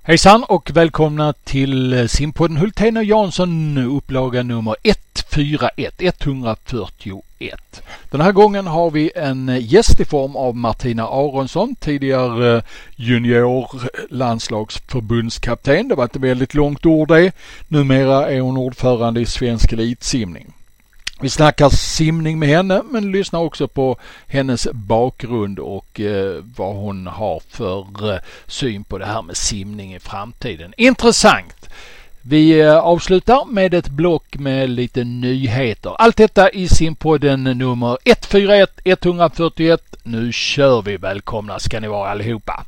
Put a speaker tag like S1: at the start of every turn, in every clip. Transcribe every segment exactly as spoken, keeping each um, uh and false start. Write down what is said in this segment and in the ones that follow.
S1: Hejsan och välkomna till Simpodden Hultén och Jansson, upplaga nummer etthundrafyrtioett. etthundrafyrtioett. Den här gången har vi en gäst i form av Martina Aronsson, tidigare juniorlandslagsförbundskapten. Det var ett väldigt långt ord det. Numera är hon ordförande i Svensk elitsimning. Vi snackar simning med henne, men lyssnar också på hennes bakgrund och eh, vad hon har för eh, syn på det här med simning i framtiden. Intressant! Vi eh, avslutar med ett block med lite nyheter. Allt detta i Simpodden nummer etthundrafyrtioett. etthundrafyrtioett. Nu kör vi. Välkomna ska ni vara allihopa.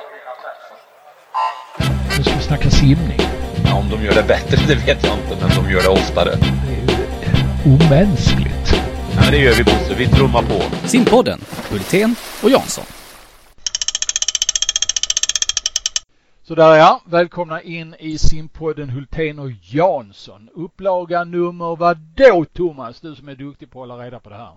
S1: Nu ska vi snacka simning.
S2: Ja, om de gör det bättre, det vet jag inte, men de gör det oftare.
S1: Omänskligt.
S2: Ja, men det gör vi, Bosse. Vi trummar på.
S3: Simpodden, Hultén och Jansson.
S1: Så där ja, välkomna in i Simpodden Hultén och Jansson. Upplaga nummer vad då, Thomas? Du som är duktig på att hålla reda på det här.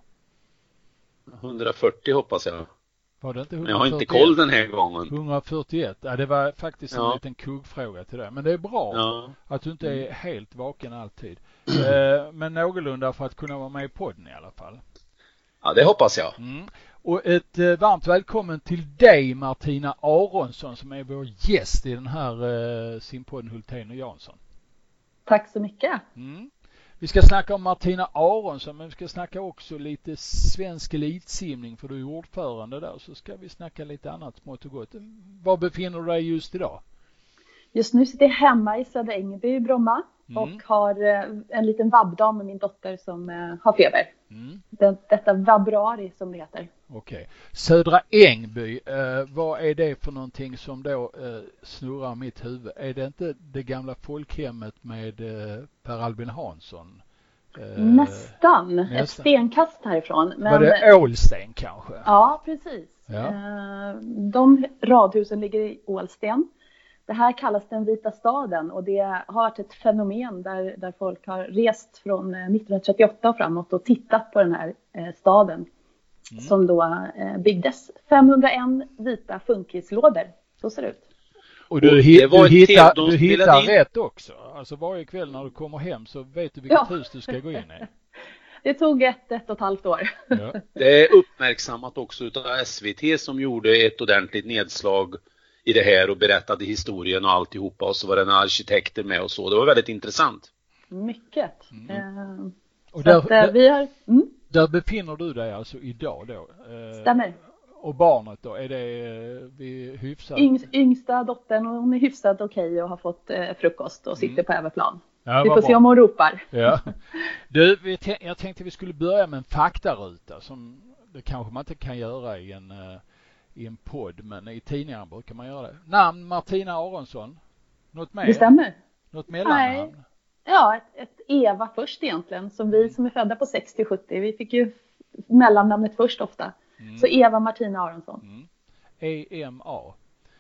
S2: hundrafyrtio hoppas jag.
S1: Var det inte
S2: men jag har inte koll den här gången.
S1: hundrafyrtioett, ja, det var faktiskt en
S2: ja.
S1: liten kuggfråga till det. Men det är bra
S2: ja.
S1: att du inte är helt vaken alltid. eh, men någorlunda för att kunna vara med i podden i alla fall.
S2: Ja, det hoppas jag.
S1: Mm. Och ett eh, varmt välkommen till dig, Martina Aronsson, som är vår gäst i den här eh, Simpodden Hultén och Jansson.
S4: Tack så mycket.
S1: Mm. Vi ska snacka om Martina Aronsson, men vi ska snacka också lite svensk elitsimning, för du är ordförande där. Så ska vi snacka lite annat smått och gott. Var befinner du dig just idag?
S4: Just nu sitter jag hemma i Södra Ängby i Bromma mm. och har en liten vabbdag med min dotter som har feber. Mm. Det, detta vabruari som det heter.
S1: Okej. Okay. Södra Ängby, eh, vad är det för någonting som då eh, snurrar mitt huvud? Är det inte det gamla folkhemmet med eh, Per Albin Hansson?
S4: Eh, nästan. nästan. Ett stenkast härifrån.
S1: Men... Var det Ålsten kanske?
S4: Ja, precis.
S1: Ja.
S4: Eh, de radhusen ligger i Ålsten. Det här kallas den vita staden och det har varit ett fenomen där, där folk har rest från nittonhundratrettioåtta och framåt och tittat på den här eh, staden mm. som då eh, byggdes. femhundraen vita funkislådor, så ser det ut.
S1: Och du, hit, du hittar, du hittar rätt också. Alltså varje kväll när du kommer hem så vet du vilket ja. hus du ska gå in i.
S4: Det tog ett, ett och ett halvt år.
S2: Ja. Det är uppmärksammat också utav S V T som gjorde ett ordentligt nedslag i det här och berättade historien och alltihopa, och så var det en arkitekter med och så. Det var väldigt intressant.
S4: Mycket.
S1: Mm.
S4: Uh,
S1: och där,
S4: att, uh, där, vi har, mm.
S1: där befinner du dig alltså idag då?
S4: Uh, Stämmer.
S1: Och barnet då, är det uh, vi hyfsat?
S4: Yng, yngsta dottern, och hon är hyfsat okej okay och har fått uh, frukost och sitter mm. på överplan. Ja, vi får bra. se om hon ropar.
S1: Ja. Du, vi t- jag tänkte vi skulle börja med en faktaruta som det kanske man inte kan göra i en... Uh, i en podd, men i tidningar brukar man göra det. Namn Martina Aronsson. Något mer?
S4: Det stämmer.
S1: Något mellannamn?
S4: Nej. Ja, ett, ett Eva först egentligen. Som vi som är födda på sextio sjuttio. Vi fick ju mellannamnet först ofta. Mm. Så Eva Martina Aronsson.
S1: Mm. E M A.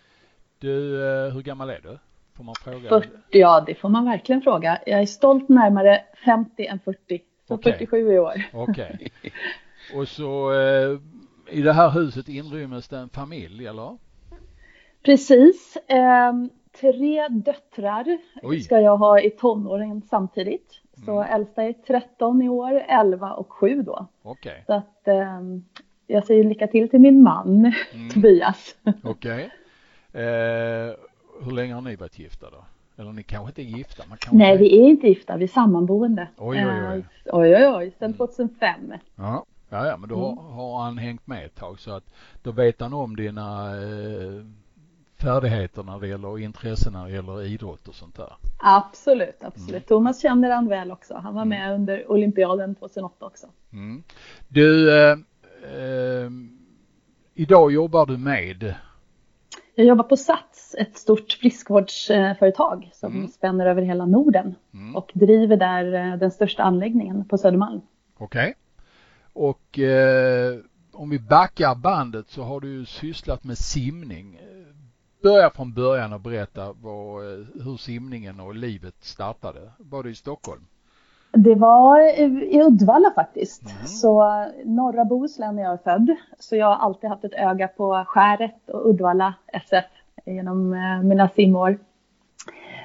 S1: Du, hur gammal är du? Får man fråga?
S4: fyrtio, ja, det får man verkligen fråga. Jag är stolt närmare femtio än fyrtio. Så okay. fyrtiosju i år.
S1: Okej. Okay. Och så... Eh, i det här huset inrymmes det en familj, eller?
S4: Precis. Eh, tre döttrar Oj. ska jag ha i tonåren samtidigt. Så mm. äldsta är tretton i år, elva och sju då.
S1: Okej. Okay.
S4: Så att eh, jag säger lycka till till min man, mm. Tobias.
S1: Okej. Okay. Eh, hur länge har ni varit gifta då? Eller ni kanske inte är gifta? Man kanske
S4: Nej, är... vi är inte gifta. Vi är sammanboende.
S1: Oj, oj, oj.
S4: Eh, oj, oj, oj. Sedan tjugohundrafem.
S1: Ja. Ja, ja, men då mm. har han hängt med ett tag, så att då vet han om dina eh, färdigheter när det gäller intressen när det gäller idrott och sånt där.
S4: Absolut, absolut. Mm. Thomas känner han väl också. Han var med mm. under olympiaden tjugohundraåtta också.
S1: Mm. Du, eh, eh, idag jobbar du med?
S4: Jag jobbar på Sats, ett stort friskvårdsföretag som mm. spänner över hela Norden mm. och driver där den största anläggningen på Södermalm.
S1: Okej. Okay. Och eh, om vi backar bandet så har du ju sysslat med simning. Börja från början och berätta vad, hur simningen och livet startade. Var det i Stockholm?
S4: Det var i Uddevalla faktiskt. Mm. Så norra Bohuslän är jag född. Så jag har alltid haft ett öga på Skäret och Uddevalla S F genom mina simår.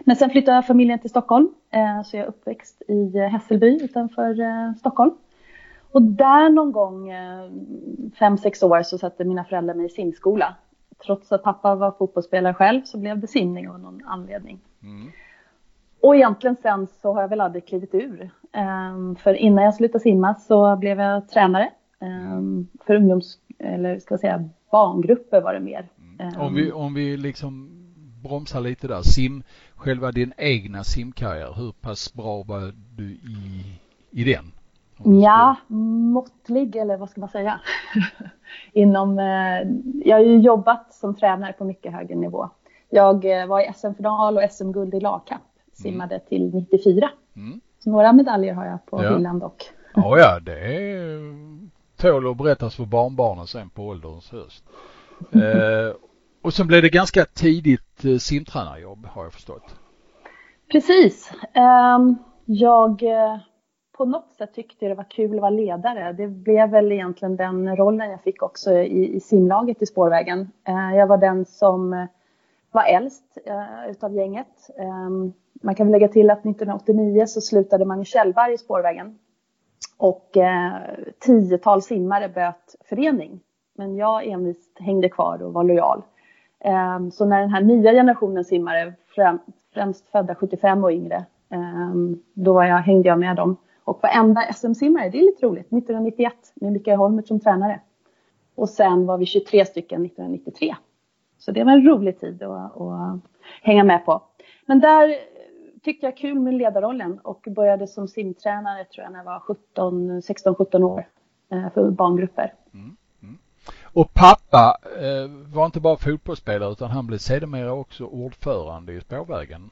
S4: Men sen flyttade familjen till Stockholm. Eh, så jag är uppväxt i Hässelby utanför eh, Stockholm. Och där någon gång, eh, fem, sex år, så satte mina föräldrar mig i simskola. Trots att pappa var fotbollsspelare själv så blev det simning av någon anledning. Mm. Och egentligen sen så har jag väl aldrig klivit ur. Um, för innan jag slutade simma så blev jag tränare. Um, för ungdoms, eller ska jag säga barngrupper var det mer.
S1: Mm. Om vi, om vi liksom bromsar lite där. Sim, själva din egna simkarriär, hur pass bra var du i, i den?
S4: Ja, måttlig, eller vad ska man säga? Inom, eh, jag har ju jobbat som tränare på mycket högre nivå. Jag eh, var i S M-final och S M-guld i lagkamp. Simmade mm. till nittiofyra. Mm. Så några medaljer har jag på
S1: ja.
S4: hyllan dock.
S1: Ja, ja, det är tål att berättas för barnbarnen sen på ålderns höst. eh, och sen blev det ganska tidigt eh, simtränarjobb, har jag förstått.
S4: Precis. Um, jag... Eh, På något sätt tyckte jag det var kul att vara ledare. Det blev väl egentligen den rollen jag fick också i, i simlaget i Spårvägen. Eh, jag var den som var äldst eh, utav gänget. Eh, man kan väl lägga till att nittonhundraåttionio så slutade Magnus Kjellberg i Spårvägen. Och eh, tiotal simmare böt förening. Men jag envist hängde kvar och var lojal. Eh, så när den här nya generationen simmare, främ, främst födda sjuttiofem och yngre, eh, då var jag, hängde jag med dem. Och varenda S M-simmare, det är lite roligt, nittonhundranittioett med Mikael Holmert som tränare. Och sen var vi tjugotre stycken nittonhundranittiotre. Så det var en rolig tid att, att hänga med på. Men där tyckte jag kul med ledarrollen och började som simtränare tror jag när jag var sjutton, sexton sjutton år för barngrupper.
S1: Mm. Mm. Och pappa eh, var inte bara fotbollsspelare utan han blev sedermera också ordförande i Spårvägen.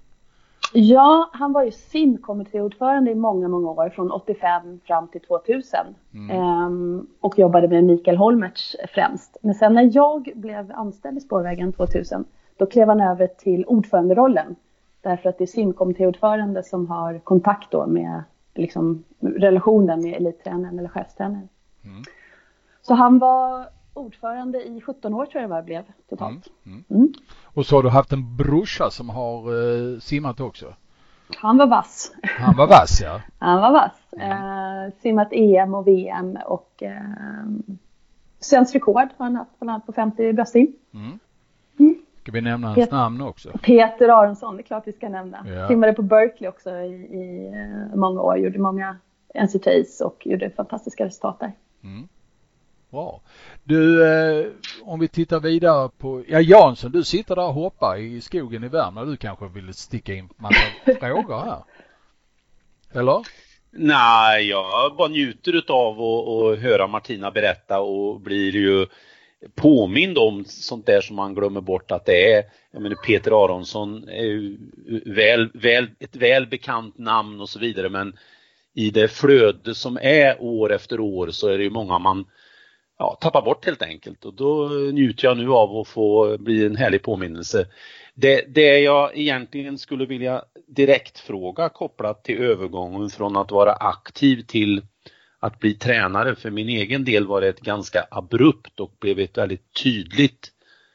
S4: Ja, han var ju simkommittéordförande i många, många år. Från åttiofem fram till tvåtusen. Mm. Um, och jobbade med Mikael Holmertz främst. Men sen när jag blev anställd i Spårvägen tvåtusen. Då klev han över till ordföranderollen. Därför att det är simkommittéordförande som har kontakt då med liksom, relationen med elittränaren eller chefstränaren. Mm. Så han var ordförande i sjutton år tror jag det var blev totalt. Mm. Mm.
S1: Mm. Och så har du haft en brorsa som har uh, simmat också?
S4: Han var vass.
S1: Han var vass, ja.
S4: Han var vass. Mm. Uh, simmat E M och V M och uh, svensk rekord har han haft bland annat på femtio bröstsim. Mm.
S1: Mm. Ska vi nämna hans Pet- namn också?
S4: Peter Aronsson, det är klart vi ska nämna.
S1: Ja.
S4: Simmade på Berkeley också i, i uh, många år. Gjorde många N C T As och gjorde fantastiska resultat där. Mm.
S1: Bra. Du, eh, om vi tittar vidare på... Ja, Jansson, du sitter där och hoppar i skogen i Värmland. Du kanske vill sticka in massa frågor här. Eller?
S2: Nej, jag bara njuter av att höra Martina berätta och blir ju påmind om sånt där som man glömmer bort att det är. Jag menar, Peter Aronsson är ju väl, väl, ett väl bekant namn och så vidare, men i det flöde som är år efter år så är det ju många man ja, tappar bort helt enkelt. Och då njuter jag nu av att få bli en härlig påminnelse. Det, det jag egentligen skulle vilja direkt fråga kopplat till övergången från att vara aktiv till att bli tränare. För min egen del var det ett ganska abrupt och blev ett väldigt tydligt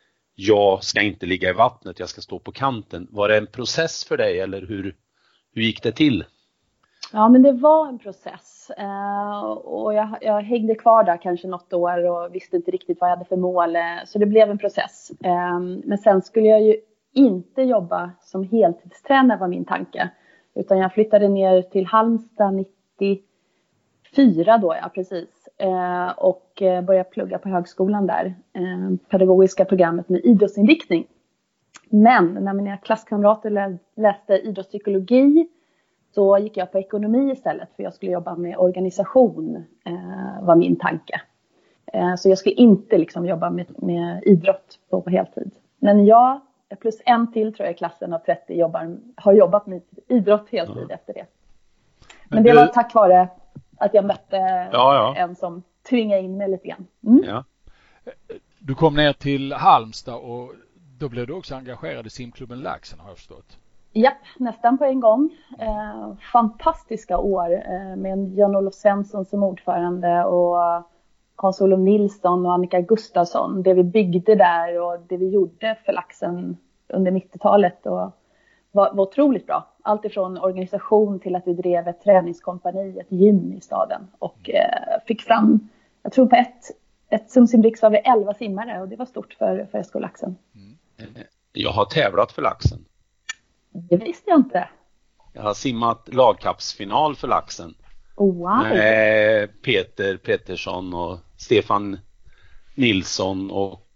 S2: jag ska inte ligga i vattnet, jag ska stå på kanten. Var det en process för dig eller hur, hur gick det till?
S4: Ja, men det var en process uh, och jag, jag hängde kvar där kanske något år och visste inte riktigt vad jag hade för mål. Så det blev en process. Um, men sen skulle jag ju inte jobba som heltidstränare var min tanke. Utan jag flyttade ner till Halmstad nittiofyra då, ja precis. Uh, och började plugga på högskolan där. Uh, pedagogiska programmet med idrottsinriktning. Men när mina klasskamrater lä- läste idrottspsykologi så gick jag på ekonomi istället för jag skulle jobba med organisation eh, var min tanke. Eh, så jag skulle inte liksom jobba med, med idrott på, på heltid. Men jag plus en till tror jag i klassen av trettio jobbar, har jobbat med idrott heltid mm. efter det. Men, Men det du... var tack vare att jag mötte ja, ja. en som tvingade in mig lite grann. Mm.
S1: Ja. Du kom ner till Halmstad och då blev du också engagerad i simklubben Laxen har jag förstått.
S4: Japp, nästan på en gång. Eh, fantastiska år eh, med Jan-Olof Svensson som ordförande och Hans-Olof Nilsson och Annika Gustafsson. Det vi byggde där och det vi gjorde för Laxen under nittiotalet och var, var otroligt bra. Allt ifrån organisation till att vi drev ett träningskompani, ett gym i staden. Och eh, fick fram, jag tror på ett, ett simsimbricks var vi elva simmare och det var stort för, för S K Laxen.
S2: Mm. Jag har tävlat för Laxen.
S4: Det visste jag inte.
S2: Jag har simmat lagkappsfinal för Laxen.
S4: Oh, wow.
S2: Med Peter Pettersson och Stefan Nilsson och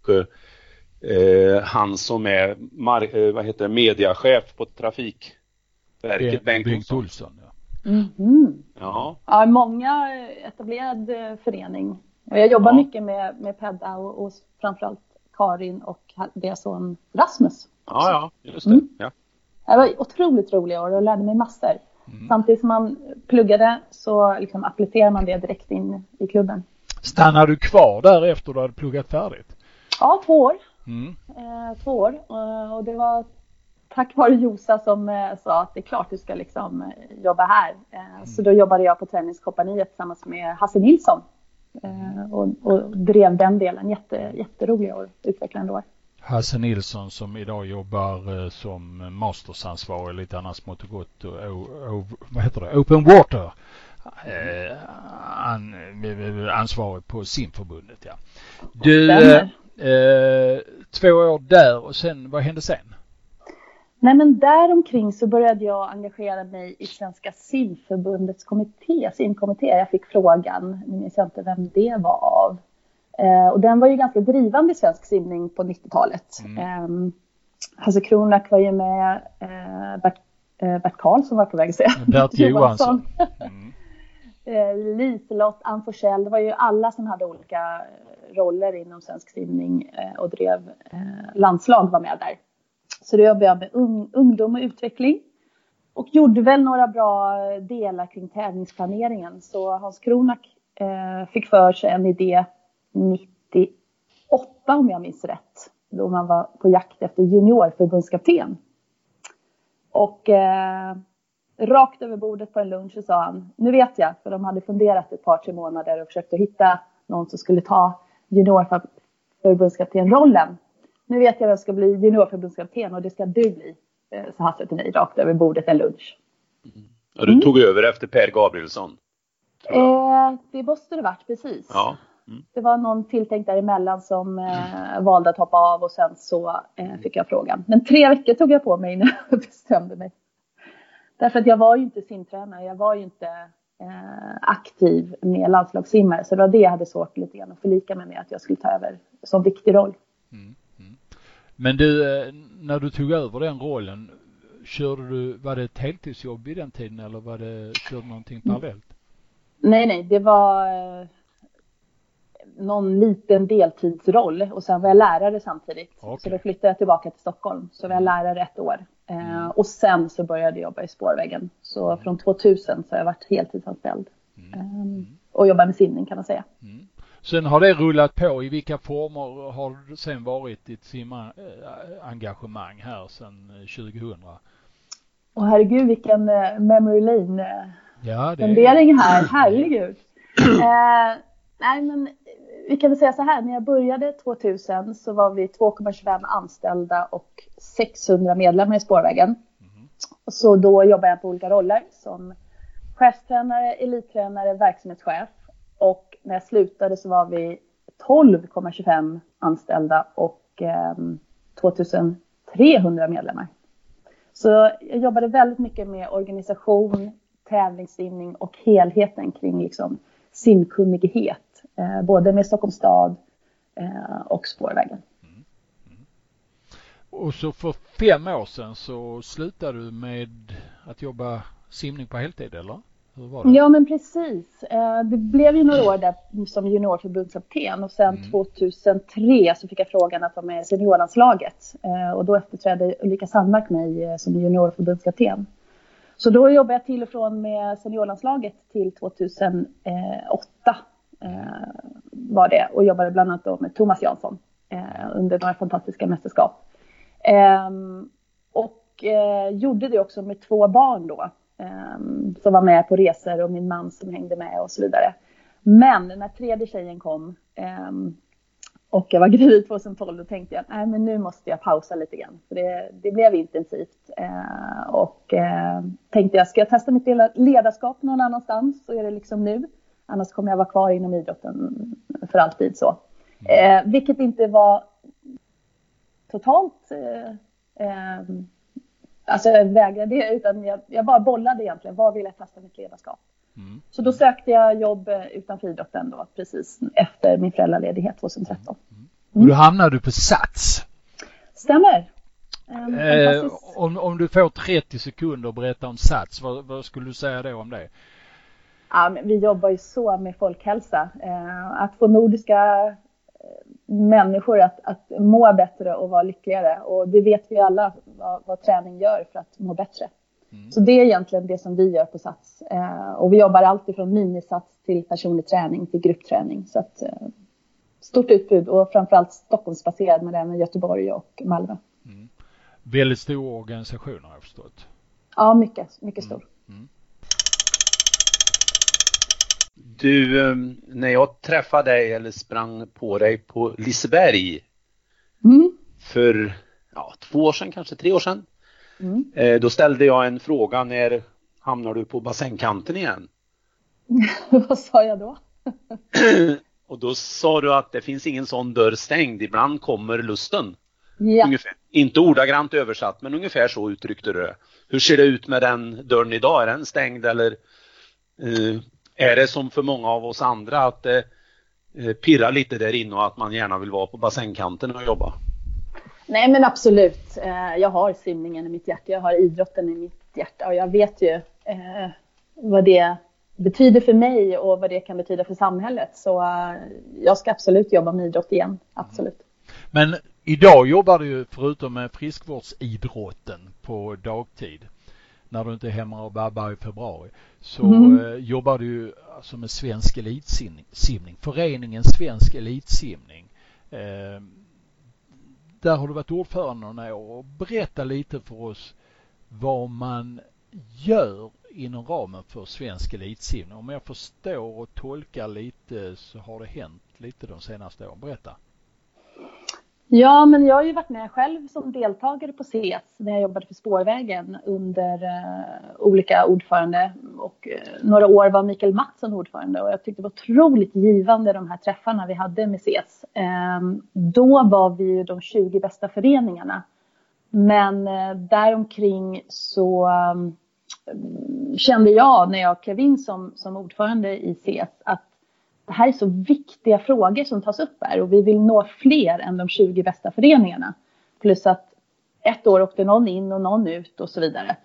S2: eh, han som är mar- eh, vad heter det, mediachef på Trafikverket, Bengt, Bengt Olsson.
S1: Ja.
S4: Mm-hmm.
S2: Ja.
S4: Ja, många etablerad förening. Jag jobbar
S2: Ja.
S4: mycket med, med Pedda och, och framförallt Karin och deras son Rasmus.
S2: Ja, ja, just det.
S4: Mm.
S2: Ja.
S4: Det var otroligt roliga år och lärde mig massor. Mm. Samtidigt som man pluggade så liksom applicerar man det direkt in i klubben.
S1: Stannar du kvar där efter du hade pluggat färdigt?
S4: Ja, två år.
S1: Mm.
S4: Eh, två år. Och, och det var tack vare Josa som eh, sa att det är klart du ska liksom eh, jobba här. Eh, mm. Så då jobbade jag på träningskompaniet tillsammans med Hasse Nilsson. Eh, och, och drev den delen. Jätte, jätteroliga år, utvecklande år.
S1: Hasse Nilsson som idag jobbar eh, som mastersansvarig lite annat smått och gott och, och, och vad heter det? Open Water eh, an, ansvarig på simförbundet, ja. Du eh, eh, två år där och sen, vad hände sen?
S4: Nej, men däromkring så började jag engagera mig i Svenska simförbundets kommitté, simkommitté. Jag fick frågan, nu minns jag inte vem det var av. Eh, och den var ju ganska drivande i svensk simning på nittiotalet. Mm. Eh, Hasse Kronak var ju med, eh, Bert, eh, Bert Karlsson var på väg att säga.
S1: Bert Johansson.
S4: Mm. eh, Liselott, Ann Forsell, det var ju alla som hade olika roller inom svensk simning eh, och drev eh, landslag var med där. Så då jobbade jag med un, ungdom och utveckling. Och gjorde väl några bra delar kring tävlingsplaneringen. Så Hans Kronak eh, fick för sig en idé nittioåtta om jag minns rätt. Då man var på jakt efter juniorförbundskapten. Och eh, rakt över bordet på en lunch så sa han, nu vet jag, för de hade funderat ett par, tre månader och försökt att hitta någon som skulle ta juniorförbundskaptenrollen. Nu vet jag att jag ska bli juniorförbundskapten och det ska du bli, så Hasse till mig rakt över bordet en lunch.
S2: Mm. Ja, du mm. tog över efter Per Gabrielsson.
S4: Eh, det måste det varit, precis.
S2: Ja. Mm.
S4: Det var någon tilltänkt däremellan som eh, valde att hoppa av och sen så eh, fick jag frågan. Men tre veckor tog jag på mig när jag bestämde mig. Därför att jag var ju inte simtränare, jag var ju inte eh, aktiv med landslagssimmare. Så det var det jag hade svårt lite grann att förlika mig med att jag skulle ta över som viktig roll.
S1: Mm. Mm. Men du, när du tog över den rollen, körde du, var det ett heltidsjobb i den tiden eller var det, körde du någonting parallellt?
S4: Nej, nej, det var eh, någon liten deltidsroll och sen var jag lärare samtidigt. Okay. Så då flyttade jag tillbaka till Stockholm. Så var jag lärare ett år. Eh, mm. Och sen så började jag jobba i spårväggen. Så mm. från tvåtusen så har jag varit heltidsanställd. Mm. Mm. Och jobbar med simning kan man säga.
S1: Mm. Sen har det rullat på. I vilka former har det sen varit ditt simengagemang här sedan tjugohundra?
S4: Åh herregud, vilken uh, memory lane uh,
S1: ja, det
S4: fundering är... här. Herregud. uh, nej men vi kan väl säga så här. När jag började tvåtusen så var vi två komma tjugofem anställda och sexhundra medlemmar i spårvägen. Mm. Så då jobbade jag på olika roller som chefstränare, elittränare, verksamhetschef. Och när jag slutade så var vi tolv komma tjugofem anställda och eh, tvåtusentrehundra medlemmar. Så jag jobbade väldigt mycket med organisation, tävlingssimning och helheten kring liksom simkunnighet. Eh, både med Stockholms stad eh, och spårvägen.
S1: Mm. Mm. Och så för fem år sedan så slutade du med att jobba simning på heltid, eller?
S4: Ja, men precis. Det blev ju några år där som juniorförbundskapten och sen mm. tvåtusentre så fick jag frågan att vara med i seniorlandslaget. Och då efterträdde Ulrika Sandmark mig som juniorförbundskapten. Så då jobbade jag till och från med seniorlandslaget till tvåtusenåtta var det. Och jobbade bland annat då med Thomas Jansson under några fantastiska mästerskap. Och gjorde det också med två barn då. Um, som var med på resor och min man som hängde med och så vidare. Men när tredje tjejen kom um, Och jag var gravid tjugohundratolv och tänkte jag, nej men nu måste jag pausa lite grann. För det, det blev intensivt. Eh, och eh, tänkte jag, ska jag testa mitt ledarskap någon annanstans så är det liksom nu. Annars kommer jag vara kvar inom idrotten för alltid så. Eh, vilket inte var totalt... Eh, eh, alltså jag vägrade det, utan jag, jag bara bollade egentligen. Vad vill jag testa mitt ledarskap? Mm. Så då sökte jag jobb utanför idrotten då, precis efter min föräldraledighet tjugotretton.
S1: Mm. Och då hamnade du på Sats.
S4: Stämmer.
S1: Um, eh, om, om du får trettio sekunder att berätta om Sats, vad, vad skulle du säga då om det?
S4: Ja, men vi jobbar ju så med folkhälsa. Eh, att få nordiska människor att, att må bättre och vara lyckligare. Och det vet vi alla vad, vad träning gör för att må bättre. Mm. Så det är egentligen det som vi gör på Sats. Eh, och vi jobbar alltid från minisats till personlig träning till gruppträning. Så att, eh, stort utbud och framförallt Stockholmsbaserad men även Göteborg och Malmö.
S1: Mm. Väldigt stor organisation har jag förstått.
S4: Ja, mycket, mycket stor. Mm. Mm.
S2: Du, när jag träffade dig eller sprang på dig på Liseberg
S4: mm.
S2: för ja, två år sedan, kanske tre år sedan.
S4: Mm.
S2: Eh, då ställde jag en fråga, när hamnar du på bassängkanten igen?
S4: Vad sa jag då?
S2: Och då sa du att det finns ingen sån dörr stängd, ibland kommer lusten.
S4: Ja.
S2: Ungefär. Inte ordagrant översatt, men ungefär så uttryckte du det. Hur ser det ut med den dörren idag? Är den stängd eller eh, är det som för många av oss andra att det eh, pirrar lite där inne och att man gärna vill vara på bassängkanten och jobba?
S4: Nej men absolut, jag har simningen i mitt hjärta, jag har idrotten i mitt hjärta och jag vet ju eh, vad det betyder för mig och vad det kan betyda för samhället. Så eh, jag ska absolut jobba med idrott igen, absolut.
S1: Men idag jobbar du ju förutom med friskvårdsidrotten på dagtid, när du inte är hemma och babbar i februari, så mm. eh, jobbar du ju alltså med svensk elitsimning, föreningen Svensk Elitsimning. Eh, Där har du varit ordförande några år och berätta lite för oss vad man gör inom ramen för svensk elitsimning. Om jag förstår och tolkar lite så har det hänt lite de senaste åren. Berätta.
S4: Ja, men jag har ju varit med själv som deltagare på C S när jag jobbade för Spårvägen under uh, olika ordförande. Och uh, några år var Mikael Mattsson ordförande och jag tyckte det var otroligt givande de här träffarna vi hade med C S. Um, då var vi ju de tjugo bästa föreningarna. Men uh, däromkring så um, kände jag när jag klev in som, som ordförande i C S att det här är så viktiga frågor som tas upp här och vi vill nå fler än de tjugo bästa föreningarna. Plus att ett år åkte någon in och någon ut och så vidare.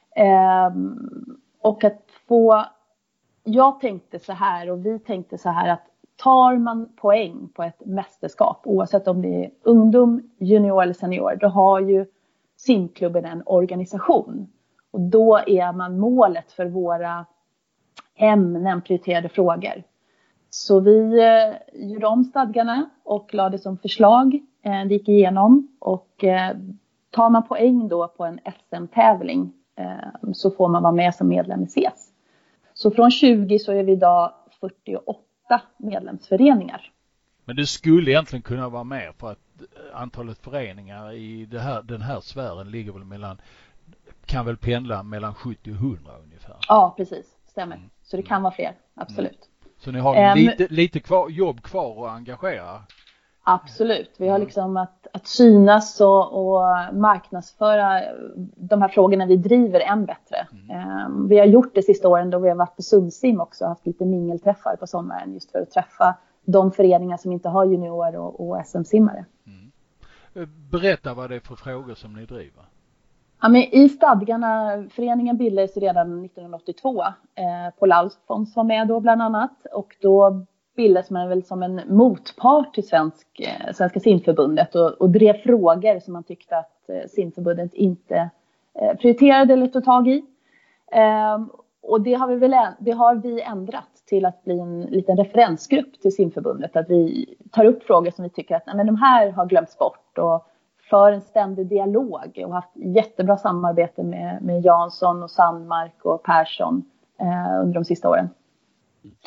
S4: Ehm, och att få, jag tänkte så här och vi tänkte så här att tar man poäng på ett mästerskap, oavsett om det är ungdom, junior eller senior, då har ju simklubben en organisation. Och då är man målet för våra ämnen, prioriterade frågor. Så vi eh, gjorde om stadgarna och lade som förslag. Eh, det gick igenom och eh, tar man poäng då på en S M-tävling eh, så får man vara med som medlem i C S. Så från tjugo så är vi idag fyrtioåtta medlemsföreningar.
S1: Men det skulle egentligen kunna vara mer för att antalet föreningar i det här, den här sfären ligger väl mellan, kan väl pendla mellan sjuttio och hundra ungefär.
S4: Ja, precis. Stämmer. Mm. Så det kan vara fler, absolut. Mm.
S1: Så ni har um, lite, lite kvar, jobb kvar att engagera?
S4: Absolut. Vi har liksom att, att synas och, och marknadsföra de här frågorna vi driver än bättre. Mm. Um, vi har gjort det sista åren då vi har varit på Sundsim också, haft lite mingelträffar på sommaren just för att träffa de föreningar som inte har junior och, och S M-simmare.
S1: Mm. Berätta vad det är för frågor som ni driver.
S4: Ja, men i stadgarna, föreningen bildades redan nittonhundraåttiotvå. Eh, Paul Alfons var med då bland annat. Och då bildades man väl som en motpart till svensk, eh, Svenska simförbundet. Och, och drev frågor som man tyckte att eh, simförbundet inte eh, prioriterade eller tog tag i. Eh, och det har, vi väl, det har vi ändrat till att bli en liten referensgrupp till simförbundet. Att vi tar upp frågor som vi tycker att nej, men de här har glömts bort och för en ständig dialog och haft jättebra samarbete med, med Jansson och Sandmark och Persson eh, under de sista åren.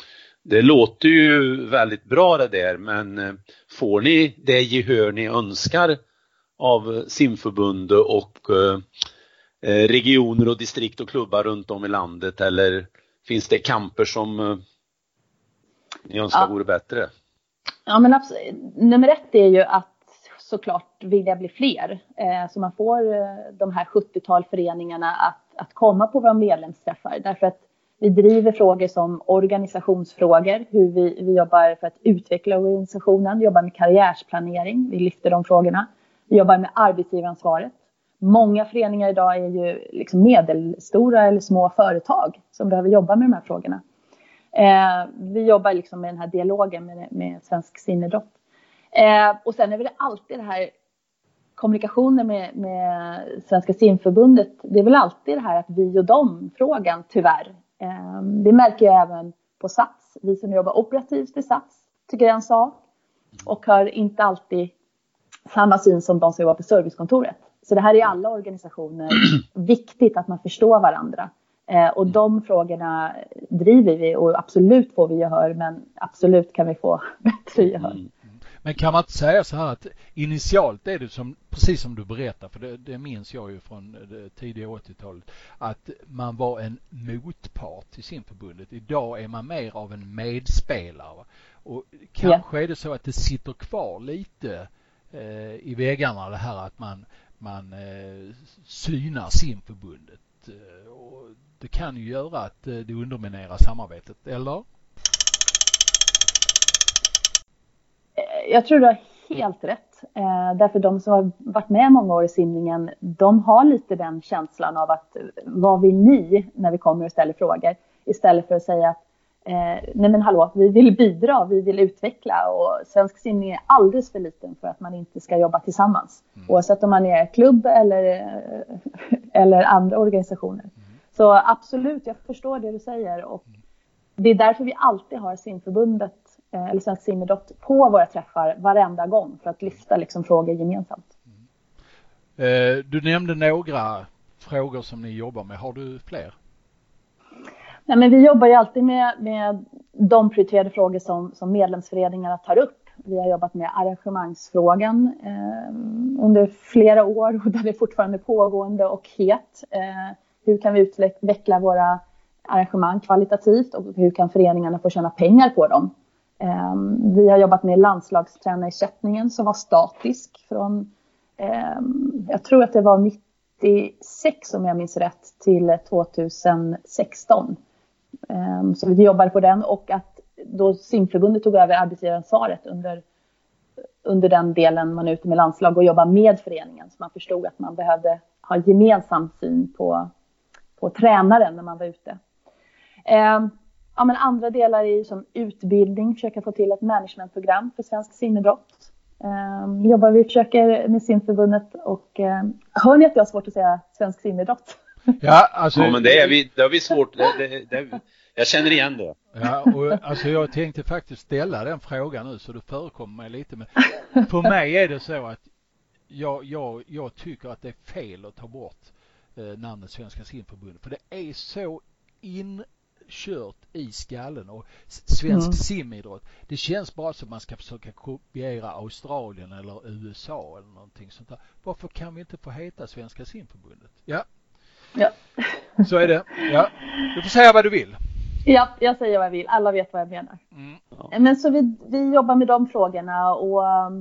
S2: Det låter ju väldigt bra det där, men får ni det gehör ni önskar av simförbundet och regioner och distrikt och klubbar runt om i landet, eller finns det kamper som ni önskar ja. vore bättre?
S4: Ja, men absolut. Nummer ett är ju att såklart vilja bli fler. Eh, så man får eh, de här sjuttiotal föreningarna att, att komma på våra medlemsträffar. Därför att vi driver frågor som organisationsfrågor. Hur vi, vi jobbar för att utveckla organisationen. Jobbar med karriärsplanering. Vi lyfter de frågorna. Vi jobbar med arbetsgivaransvaret. Många föreningar idag är ju liksom medelstora eller små företag som behöver jobba med de här frågorna. Eh, vi jobbar liksom med den här dialogen med, med Svensk simidrott. Eh, och sen är det alltid det här kommunikationen med, med Svenska simförbundet. Det är väl alltid det här att vi och dem frågan tyvärr. Eh, det märker jag även på Sats. Vi som jobbar operativt i Sats tycker jag en sak. Och har inte alltid samma syn som de som jobbar på servicekontoret. Så det här är i alla organisationer viktigt att man förstår varandra. Eh, och de frågorna driver vi och absolut får vi gehör, men absolut kan vi få bättre gehör.
S1: Mm. Men kan man inte säga så här att initialt är det som, precis som du berättar, för det, det minns jag ju från det tidiga åttiotalet, att man var en motpart i simförbundet. Idag är man mer av en medspelare. Och kanske ja. är det så att det sitter kvar lite eh, i väggarna det här att man, man eh, synar simförbundet. Eh, och det kan ju göra att eh, det underminerar samarbetet, eller?
S4: Jag tror du har helt rätt. Eh, därför de som har varit med många år i simningen, de har lite den känslan av att vad vill ni när vi kommer och ställer frågor? Istället för att säga att eh, nej men hallå, vi vill bidra, vi vill utveckla. Och svensk simning är alldeles för liten för att man inte ska jobba tillsammans. Mm. Oavsett om man är klubb eller, eller andra organisationer. Mm. Så absolut, jag förstår det du säger. Och det är därför vi alltid har simförbundet eller Svensk simidrott på våra träffar varenda gång för att lyfta liksom frågor gemensamt.
S1: Mm. Du nämnde några frågor som ni jobbar med. Har du fler?
S4: Nej, men vi jobbar ju alltid med, med de prioriterade frågor som, som medlemsföreningarna tar upp. Vi har jobbat med arrangemangsfrågan eh, under flera år och där är fortfarande pågående och het. Eh, hur kan vi utveckla våra arrangemang kvalitativt och hur kan föreningarna få tjäna pengar på dem? Um, vi har jobbat med landslagstränarersättningen som var statisk från, um, jag tror att det var nittiosex om jag minns rätt, till tjugohundrasexton. Um, så vi jobbade på den och att då simförbundet tog över arbetsgivaransvaret under, under den delen man är ute med landslag och jobbar med föreningen. Så man förstod att man behövde ha gemensam syn på, på tränaren när man var ute. Um, Ja, men andra delar är som utbildning, försöka få till ett managementprogram för svensk simidrott. Um, jobbar vi försöker med simförbundet och um, hör ni att jag har svårt att säga svensk simidrott?
S1: Ja, alltså,
S2: ja men det är vi, det har vi svårt, det, det, det, jag känner igen det.
S1: Ja, och alltså jag tänkte faktiskt ställa den frågan nu så du förekommer mig lite. Men för mig är det så att jag, jag, jag tycker att det är fel att ta bort eh, namnet Svenska simförbundet. För det är så in kört i skallen och svensk mm. simidrott. Det känns bara som man ska försöka kopiera Australien eller U S A eller någonting sånt där. Varför kan vi inte få heta Svenska simförbundet? Ja.
S4: Ja.
S1: Så är det. Ja. Du får säga vad du vill.
S4: Ja, jag säger vad jag vill. Alla vet vad jag menar. Mm. Ja. Men så vi, vi jobbar med de frågorna och um,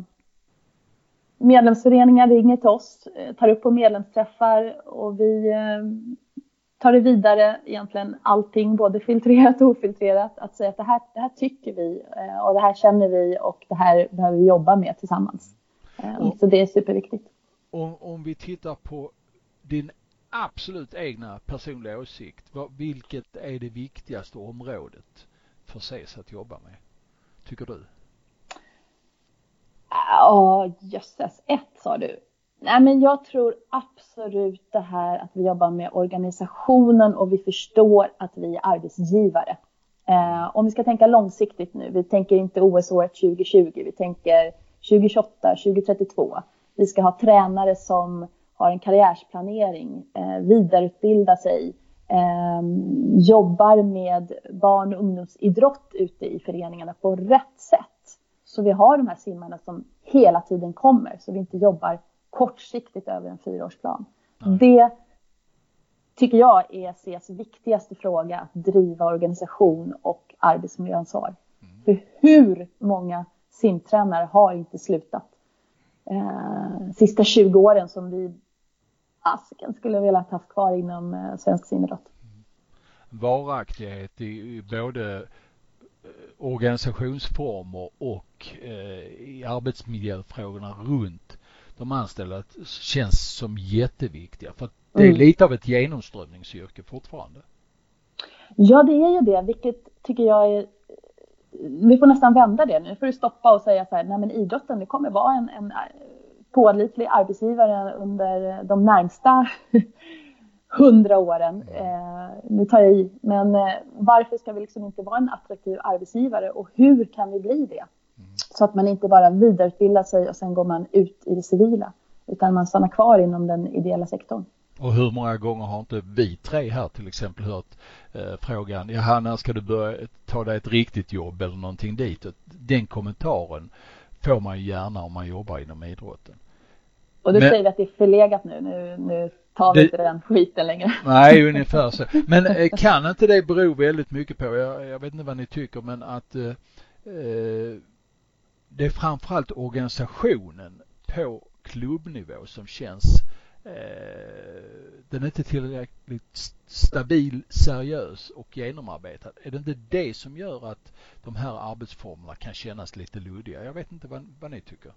S4: medlemsföreningar ringer till oss, tar upp på medlemsträffar och vi um, tar det vidare egentligen allting, både filtrerat och ofiltrerat, att säga att det här, det här tycker vi och det här känner vi och det här behöver vi jobba med tillsammans. Och, så det är superviktigt.
S1: Om, om vi tittar på din absolut egna personliga åsikt, vad, vilket är det viktigaste området för S E S att jobba med, tycker du?
S4: Ja, jösses, ett sa du. Nej, men jag tror absolut det här att vi jobbar med organisationen och vi förstår att vi är arbetsgivare. Eh, om vi ska tänka långsiktigt nu, vi tänker inte O S-året tjugo tjugo, vi tänker tjugo tjugoåtta, tjugo trettiotvå. Vi ska ha tränare som har en karriärsplanering, eh, vidareutbilda sig, eh, jobbar med barn- och ungdomsidrott ute i föreningarna på rätt sätt. Så vi har de här simmarna som hela tiden kommer, så vi inte jobbar kortsiktigt över en fyraårsplan. Mm. Det tycker jag är C S viktigaste fråga, att driva organisation och arbetsmiljöansvar. Mm. För hur många simtränare har inte slutat eh, sista tjugo åren som vi asken skulle vilja ha haft kvar inom eh, svensk simidrott.
S1: Mm. Varaktighet i, i både organisationsformer och eh, i arbetsmiljöfrågorna runt de anställda känns som jätteviktiga, för att det är mm. lite av ett genomströmningsyrke fortfarande.
S4: Ja, det är ju det, vilket tycker jag är, vi får nästan vända det nu, för att stoppa och säga så här, nej men idrotten, det kommer vara en, en pålitlig arbetsgivare under de närmsta hundra åren. Eh, nu tar jag i, men eh, varför ska vi liksom inte vara en attraktiv arbetsgivare, och hur kan vi bli det? Mm. Så att man inte bara vidareutbildar sig och sen går man ut i det civila, utan man stannar kvar inom den ideella sektorn.
S1: Och hur många gånger har inte vi tre här till exempel hört eh, frågan, jaha, när ska du börja ta dig ett riktigt jobb eller någonting dit? Och den kommentaren får man ju gärna om man jobbar inom idrotten.
S4: Och du Men, säger att det är förlegat nu, nu, nu tar vi det, inte den skiten längre.
S1: Nej, ungefär så. Men eh, kan inte det bero väldigt mycket på, jag, jag vet inte vad ni tycker, men att eh, det är framförallt organisationen på klubbnivå som känns eh, den är inte tillräckligt stabil, seriös och genomarbetad. Är det inte det som gör att de här arbetsformerna kan kännas lite luddiga? Jag vet inte vad, vad ni tycker.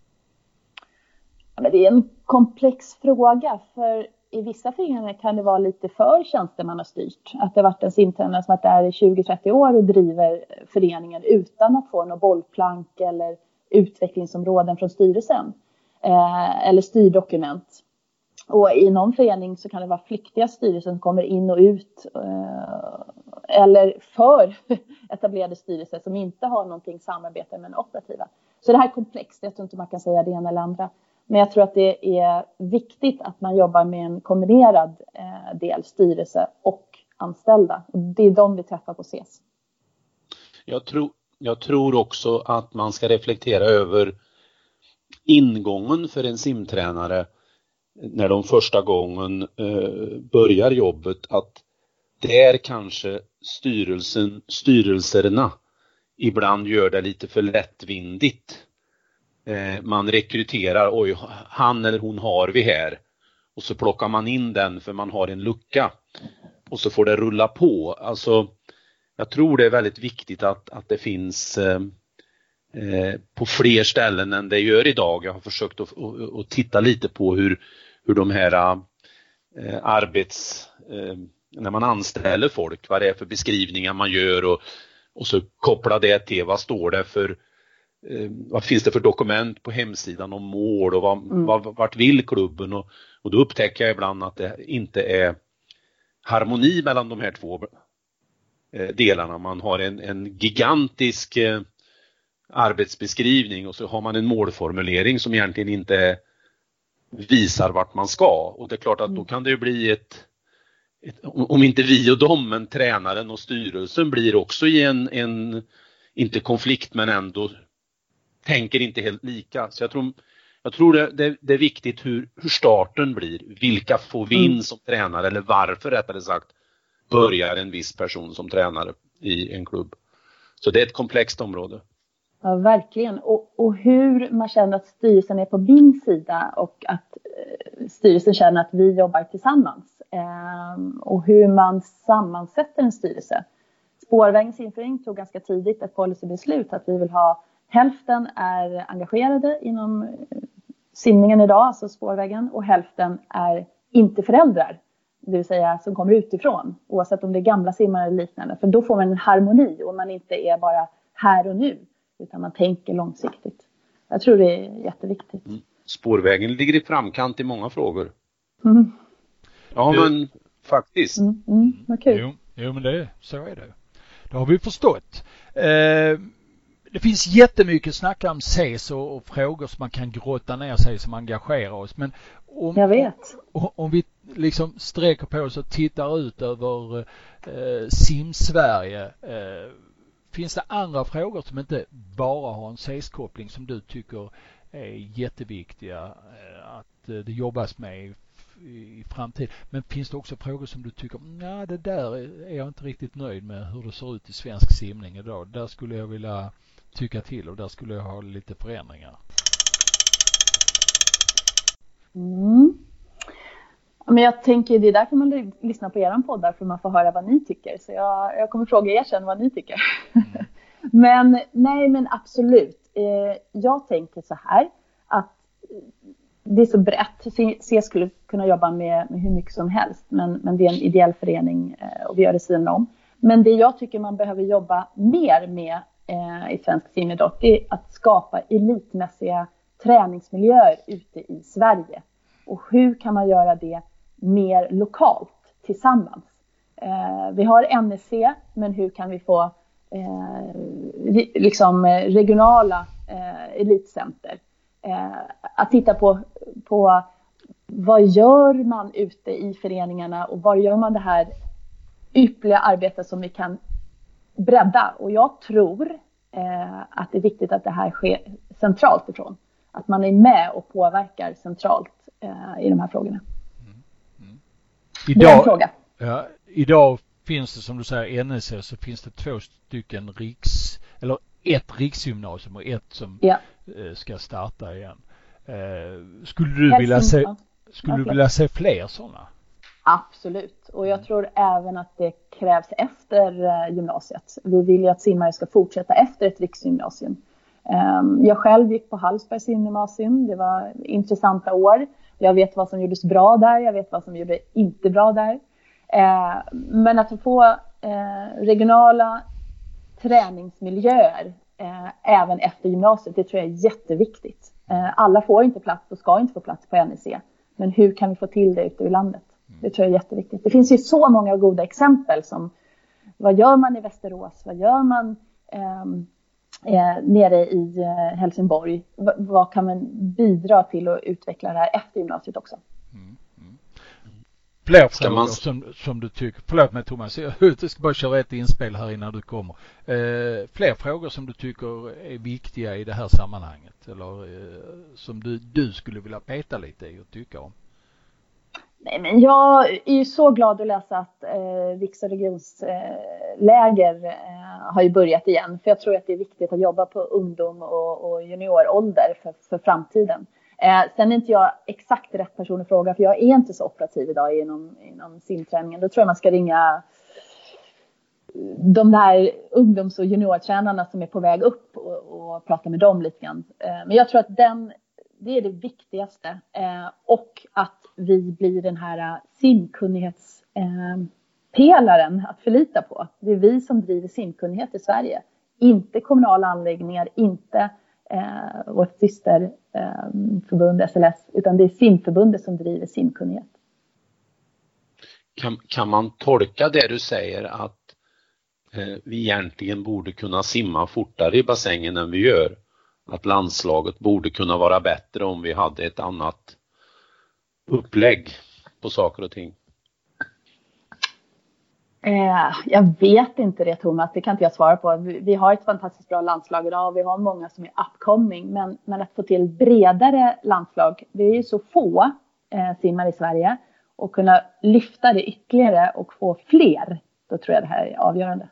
S4: Ja, men det är en komplex fråga, för i vissa föreningar kan det vara lite för tjänstemannastyrt. Att det har varit en simtränare som varit där i tjugo till trettio år och driver föreningen utan att få någon bollplank eller utvecklingsområden från styrelsen. Eh, eller styrdokument. Och i någon förening så kan det vara flyktiga styrelser som kommer in och ut. Eh, eller för etablerade styrelser som inte har någonting samarbete med den operativa. Så det här är komplext. Jag tror inte man kan säga det ena eller andra. Men jag tror att det är viktigt att man jobbar med en kombinerad eh, del styrelse och anställda. Och det är de vi träffar på C E S.
S2: Jag tror, jag tror också att man ska reflektera över ingången för en simtränare när de första gången eh, börjar jobbet. Att där kanske styrelsen, styrelserna ibland gör det lite för lättvindigt. Man rekryterar, oj, han eller hon har vi här, och så plockar man in den för man har en lucka och så får det rulla på. Alltså, jag tror det är väldigt viktigt att, att det finns eh, på fler ställen än det gör idag. Jag har försökt att, att, att titta lite på hur, hur de här eh, arbets eh, när man anställer folk, vad det är för beskrivningar man gör, och, och så koppla det till vad står det för vad finns det för dokument på hemsidan om mål och vad, mm. vad, vart vill klubben, och, och då upptäcker jag ibland att det inte är harmoni mellan de här två eh, delarna. Man har en, en gigantisk eh, arbetsbeskrivning och så har man en målformulering som egentligen inte visar vart man ska, och det är klart att mm. då kan det ju bli ett, ett om inte vi och dem, men tränaren och styrelsen blir också i en, en inte konflikt men ändå tänker inte helt lika. Så jag tror, jag tror det, det, det är viktigt hur, hur starten blir. Vilka får vi in mm. som tränare, eller varför rättare sagt börjar en viss person som tränare i en klubb. Så det är ett komplext område.
S4: Ja, verkligen. Och, och hur man känner att styrelsen är på min sida och att eh, styrelsen känner att vi jobbar tillsammans. Eh, och hur man sammansätter en styrelse. Spårvägens införing tog ganska tidigt ett policybeslut att vi vill ha hälften är engagerade inom simningen idag, alltså spårvägen, och hälften är inte föräldrar, det vill säga som kommer utifrån, oavsett om det är gamla simmare eller liknande. För då får man en harmoni och man inte är bara här och nu, utan man tänker långsiktigt. Jag tror det är jätteviktigt.
S2: Mm. Spårvägen ligger i framkant i många frågor.
S4: Mm.
S2: Ja, men faktiskt.
S4: Mm, mm, vad kul.
S1: Jo, jo, men det, så är det. Det har vi förstått. Eh, Det finns jättemycket att snacka om C E S och, och frågor som man kan grotta ner sig, som engagerar oss. Men om,
S4: Jag vet.
S1: Om, om vi liksom sträcker på oss och tittar ut över eh, Sim-Sverige, eh, finns det andra frågor som inte bara har en C S-koppling som du tycker är jätteviktiga eh, att eh, det jobbas med i, i framtiden? Men finns det också frågor som du tycker, ja det där är jag inte riktigt nöjd med hur det ser ut i svensk simning idag. Där skulle jag vilja tycka till och där skulle jag ha lite förändringar.
S4: Mm. Men jag tänker det är därför man lyssnar på eran poddar, för man får höra vad ni tycker. Så jag, jag kommer fråga er sen vad ni tycker. Mm. men nej men absolut. Eh, jag tänker så här att det är så brett. C skulle kunna jobba med, med hur mycket som helst. Men, men det är en ideell förening eh, och vi gör det sidan om. Men det jag tycker man behöver jobba mer med eh, i svensk simidrott är att skapa elitmässiga träningsmiljöer ute i Sverige. Och hur kan man göra det mer lokalt tillsammans? Eh, vi har N S C, men hur kan vi få eh, liksom regionala eh, elitcenter? Eh, att titta på, på vad gör man ute i föreningarna och var gör man det här ypperliga arbetet som vi kan bredda. Och jag tror eh, att det är viktigt att det här sker centralt ifrån. Att man är med och påverkar centralt eh, i de här frågorna. Mm. Mm.
S1: Idag, det är en fråga. Ja, idag finns det, som du säger, N S C, så finns det två stycken riks, eller ett riksgymnasium och ett som ja. eh, ska starta igen. Eh, skulle du, vilja se, skulle du vilja se fler sådana?
S4: Absolut. Och jag mm. tror även att det krävs efter eh, gymnasiet. Vi vill ju att simmare ska fortsätta efter ett riksgymnasium. Jag själv gick på Hallsbergs gymnasium. Det var intressanta år. Jag vet vad som gjordes bra där. Jag vet vad som gjordes inte bra där. Men att få regionala träningsmiljöer även efter gymnasiet, det tror jag är jätteviktigt. Alla får inte plats och ska inte få plats på N S C. Men hur kan vi få till det ute i landet? Det tror jag är jätteviktigt. Det finns ju så många goda exempel som vad gör man i Västerås? Vad gör man um, Eh, nere i eh, Helsingborg. V- vad kan man bidra till att utveckla det här efter gymnasiet också? Mm. Mm.
S1: Fler frågor man... som, som du tycker, förlåt mig Thomas, jag ska bara köra ett inspel här innan du kommer. Eh, fler frågor som du tycker är viktiga i det här sammanhanget eller eh, som du, du skulle vilja peta lite i och tycka om?
S4: Nej, men jag är ju så glad att läsa att eh, Riks- och regionsläger eh, har ju börjat igen. För jag tror att det är viktigt att jobba på ungdom och, och juniorålder för, för framtiden. Eh, sen är inte jag exakt rätt person att fråga, för jag är inte så operativ idag inom, inom simträningen. Då tror jag man ska ringa de där ungdoms- och juniortränarna som är på väg upp och, och prata med dem lite grann. Eh, men jag tror att den... Det är det viktigaste. Eh, och att vi blir den här simkunnighetspelaren eh, att förlita på. Det är vi som driver simkunnighet i Sverige. Inte kommunala anläggningar, inte eh, vårt systerförbund eh, S L S. Utan det är simförbundet som driver simkunnighet.
S2: Kan, kan man tolka det du säger att eh, vi egentligen borde kunna simma fortare i bassängen än vi gör? Att landslaget borde kunna vara bättre om vi hade ett annat upplägg på saker och ting?
S4: Eh, jag vet inte det, Thomas. Det kan inte jag svara på. Vi, vi har ett fantastiskt bra landslag idag och vi har många som är upcoming. Men, men att få till bredare landslag, det är ju så få eh, simmare i Sverige. Och kunna lyfta det ytterligare och få fler, då tror jag det här är avgörande.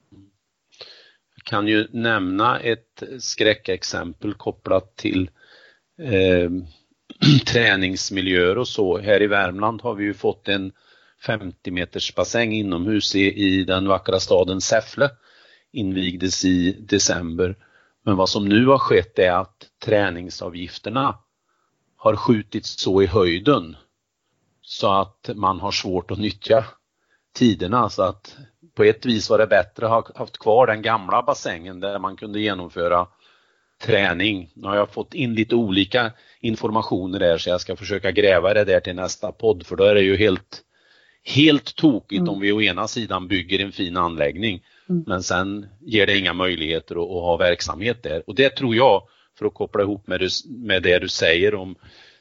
S2: Kan ju nämna ett skräckexempel kopplat till eh, träningsmiljöer och så. Här i Värmland har vi ju fått en femtio meters bassäng inomhus i, i den vackra staden Säffle. Invigdes i december. Men vad som nu har skett är att träningsavgifterna har skjutits så i höjden så att man har svårt att nyttja tiderna. Så att på ett vis var det bättre att ha haft kvar den gamla bassängen där man kunde genomföra träning. Nu har jag fått in lite olika informationer där så jag ska försöka gräva det där till nästa podd. För då är det ju helt, helt tokigt mm. om vi å ena sidan bygger en fin anläggning mm. men sen ger det inga möjligheter att, att ha verksamhet där. Och det tror jag, för att koppla ihop med, med det du säger om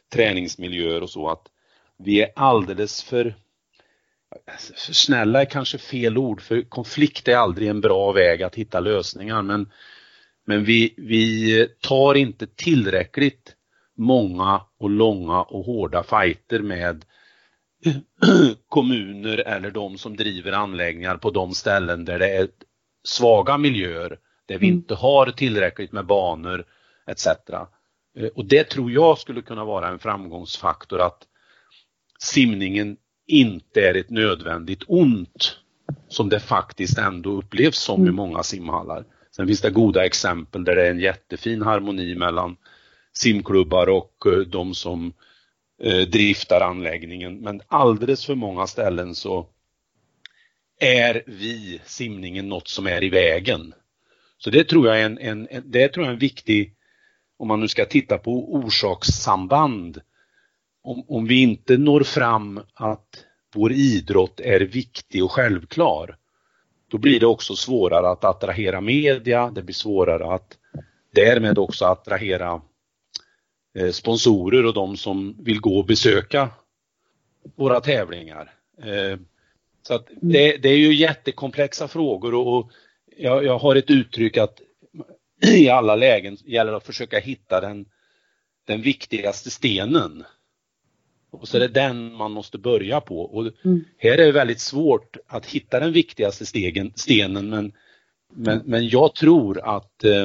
S2: träningsmiljöer och så, att vi är alldeles för, för snälla är kanske fel ord, för konflikt är aldrig en bra väg att hitta lösningar, men, men vi, vi tar inte tillräckligt många och långa och hårda fighter med kommuner eller de som driver anläggningar på de ställen där det är svaga miljöer, där vi inte har tillräckligt med banor et cetera. Och det tror jag skulle kunna vara en framgångsfaktor, att simningen inte är ett nödvändigt ont som det faktiskt ändå upplevs som mm. i många simhallar. Sen finns det goda exempel där det är en jättefin harmoni mellan simklubbar och de som eh, driftar anläggningen. Men alldeles för många ställen så är vi simningen något som är i vägen. Så det tror jag är en, en, en, det tror jag är en viktig, om man nu ska titta på orsakssamband. Om, om vi inte når fram att vår idrott är viktig och självklar, då blir det också svårare att attrahera media. Det blir svårare att därmed också attrahera eh, sponsorer och de som vill gå och besöka våra tävlingar. Eh, så att det, det är ju jättekomplexa frågor, och, och jag, jag har ett uttryck att i alla lägen gäller det att försöka hitta den, den viktigaste stenen. Och så är det den man måste börja på. Och mm. här är det väldigt svårt att hitta den viktigaste stegen, stenen. Men, men, men jag tror att, eh,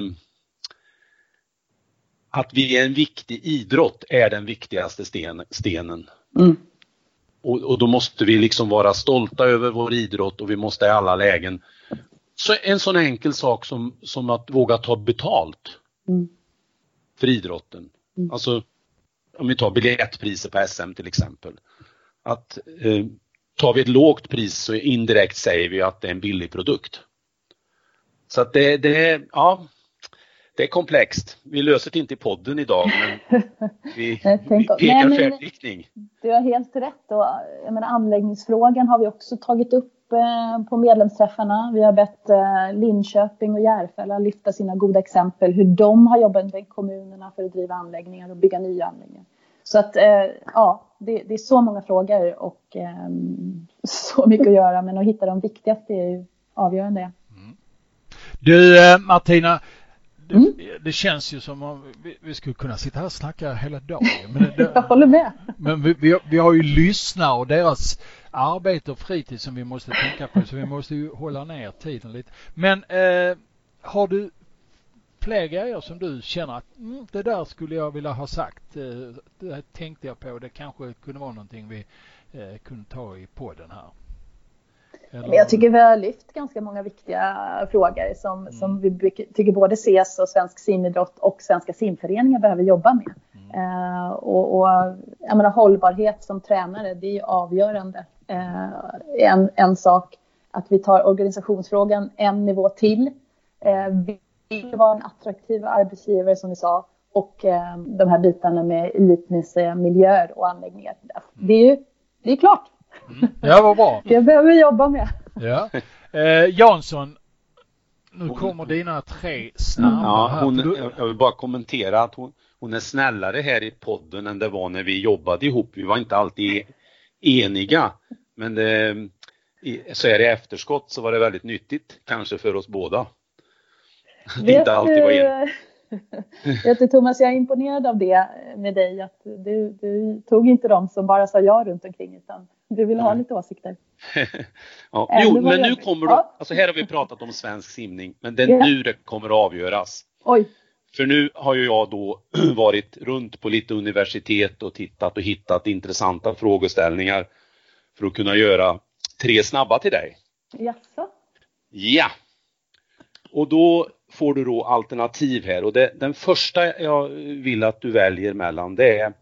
S2: att vi är en viktig idrott är den viktigaste sten, stenen. Mm. Och, och då måste vi liksom vara stolta över vår idrott, och vi måste i alla lägen. Så en sån enkel sak som, som att våga ta betalt mm. för idrotten. Mm. Alltså, om vi tar biljettpriser på S M till exempel. Att eh, tar vi ett lågt pris så indirekt säger vi att det är en billig produkt. Så att det, det, ja, det är komplext. Vi löser det inte i podden idag, men vi, vi pekar Nej, färdriktning.
S4: Du har helt rätt. Och, jag menar, anläggningsfrågan har vi också tagit upp eh, på medlemsträffarna. Vi har bett eh, Linköping och Järfälla lyfta sina goda exempel. Hur de har jobbat med kommunerna för att driva anläggningar och bygga nya anläggningar. Så att eh, ja, det, det är så många frågor och eh, så mycket att göra. Men att hitta de viktigaste är ju avgörande. Mm.
S1: Du eh, Martina, det, mm. det känns ju som om vi, vi skulle kunna sitta här och snacka hela dagen. Men det,
S4: jag håller med.
S1: Men vi, vi, vi har ju lyssnare och deras arbete och fritid som vi måste tänka på. Så vi måste ju hålla ner tiden lite. Men eh, har du fler grejer som du känner att mm, det där skulle jag vilja ha sagt? Eh, det tänkte jag på. Det kanske kunde vara någonting vi eh, kunde ta i podden här.
S4: Eller... Jag tycker vi har lyft ganska många viktiga frågor som, mm. som vi tycker både C S och Svensk simidrott och Svenska simföreningar behöver jobba med. Mm. Uh, och och jag menar, hållbarhet som tränare, det är ju avgörande. Uh, en, en sak att vi tar organisationsfrågan en nivå till. Uh, vi vill vara en attraktiv arbetsgivare som vi sa, och uh, de här bitarna med elitmässiga miljöer och anläggningar. Det är ju det är klart.
S1: Mm. Ja, vad bra.
S4: Det behöver vi jobba med.
S1: Ja. Eh, Jansson, nu kommer dina tre snabba
S2: ja,
S1: här.
S2: Hon,
S1: Du...
S2: Jag vill bara kommentera att hon, hon är snällare här i podden än det var när vi jobbade ihop. Vi var inte alltid eniga, men det, så är det i efterskott så var det väldigt nyttigt, kanske för oss båda. Det inte alltid var eniga.
S4: Vet du, Thomas, jag är imponerad av det med dig, att du, du tog inte dem som bara sa ja runt omkring, utan du ville ha lite åsikter.
S2: Ja. Jo, men nu kommer det, alltså här har vi pratat om svensk simning, men det är ja. nu det kommer att avgöras.
S4: Oj.
S2: För nu har ju jag då varit runt på lite universitet och tittat och hittat intressanta frågeställningar för att kunna göra tre snabba till dig.
S4: Jaså?
S2: Ja. Och då får du då alternativ här. Och det, den första jag vill att du väljer mellan, det är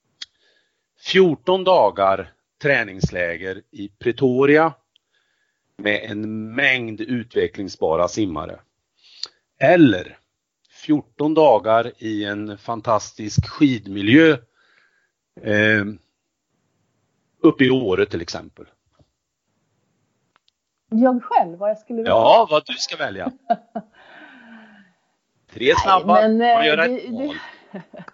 S2: fjorton dagar träningsläger i Pretoria med en mängd utvecklingsbara simmare. Eller fjorton dagar i en fantastisk skidmiljö eh, uppe i Åre till exempel.
S4: Jag själv, vad jag skulle vilja.
S2: Ja, vad du ska välja. Tre snabba,
S4: Nej, men,
S2: och göra
S4: du,
S2: ett mål.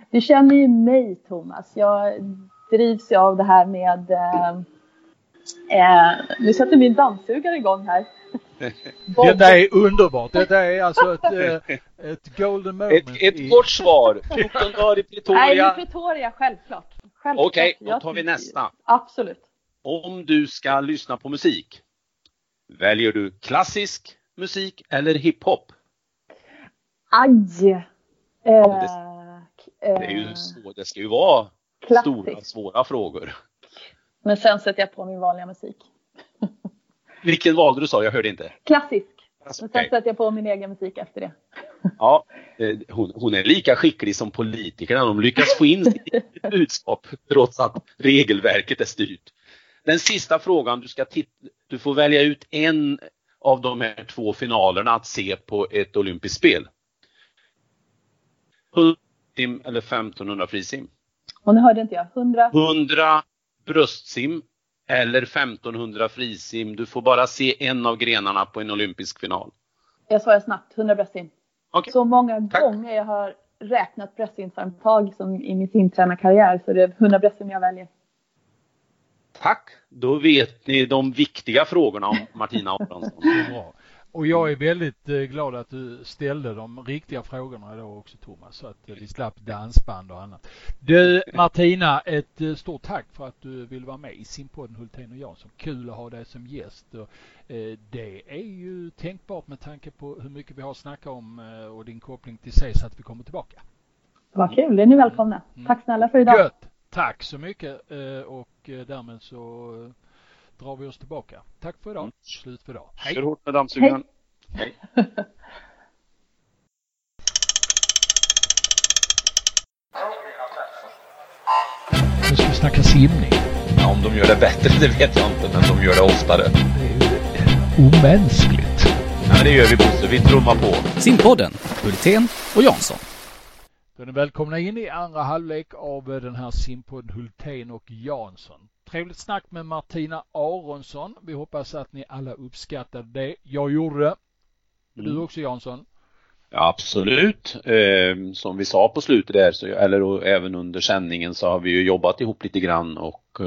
S4: Du känner ju mig, Thomas. Jag drivs ju av det här med... Eh, eh, nu sätter min dammsugare igång här.
S1: Detta är underbart. Detta är alltså ett, ett golden moment.
S2: Ett, ett kort svar. fjorton dagar i Pretoria.
S4: Nej, i Pretoria, självklart. självklart.
S2: Okej, okay, då tar vi nästa.
S4: Absolut.
S2: Om du ska lyssna på musik, väljer du klassisk musik eller hiphop?
S4: Aj! Eh,
S2: det, det är ju så, det ska ju vara klassisk. Stora, svåra frågor.
S4: Men sen sätter jag på min vanliga musik.
S2: Vilken valde du, sa? Jag hörde inte.
S4: Klassisk. Men sen okay. sätter jag på min egen musik efter det.
S2: Ja, hon, hon är lika skicklig som politikerna. De lyckas få in sitt budskap trots att regelverket är styrt. Den sista frågan, du ska titta, du får välja ut en av de här två finalerna att se på ett olympiskt spel. hundra sim eller femtonhundra frisim?
S4: Och nu hörde inte jag. hundra
S2: hundra bröstsim eller femtonhundra frisim. Du får bara se en av grenarna på en olympisk final.
S4: Jag svarar snabbt. hundra bröstsim.
S2: Okay.
S4: Så många
S2: Tack.
S4: gånger jag har räknat bröstsimsarmtag som i min simtränarkarriär, så det är hundra bröstsim jag väljer.
S2: Tack. Då vet ni de viktiga frågorna om Martina Abrahamsson.
S1: Bra. Och jag är väldigt eh, glad att du ställde de riktiga frågorna idag också, Thomas, så att eh, vi slapp dansband och annat. Du, Martina, ett eh, stort tack för att du vill vara med i Simpodden Hultén och Jansson. Kul att ha dig som gäst. Och, eh, det är ju tänkbart med tanke på hur mycket vi har snackat om eh, och din koppling till sig, så att vi kommer tillbaka.
S4: Vad kul, det är ni välkomna. Mm. Tack snälla för idag.
S1: Gött. Tack så mycket eh, och eh, därmed så eh, drar vi oss tillbaka. Tack för idag. Mm. Slut för idag.
S2: Hej. Kör hårt med dammsugaren. Hej. Hej.
S1: Nu ska vi snacka simning.
S2: Ja, om de gör det bättre, det vet jag inte, men de gör det oftare.
S1: Det är ju omänskligt.
S2: Ja, men det gör vi, Bosse. Vi trummar på.
S3: Simpodden, Hultén och Jansson.
S1: Då är ni välkomna in i andra halvlek av den här Simpodden Hultén och Jansson. Trevligt snack med Martina Aronsson. Vi hoppas att ni alla uppskattade det. Jag gjorde det. Du mm. också, Jansson?
S2: Ja, absolut. Eh, som vi sa på slutet där, så, eller och, även under sändningen, så har vi ju jobbat ihop lite grann. Och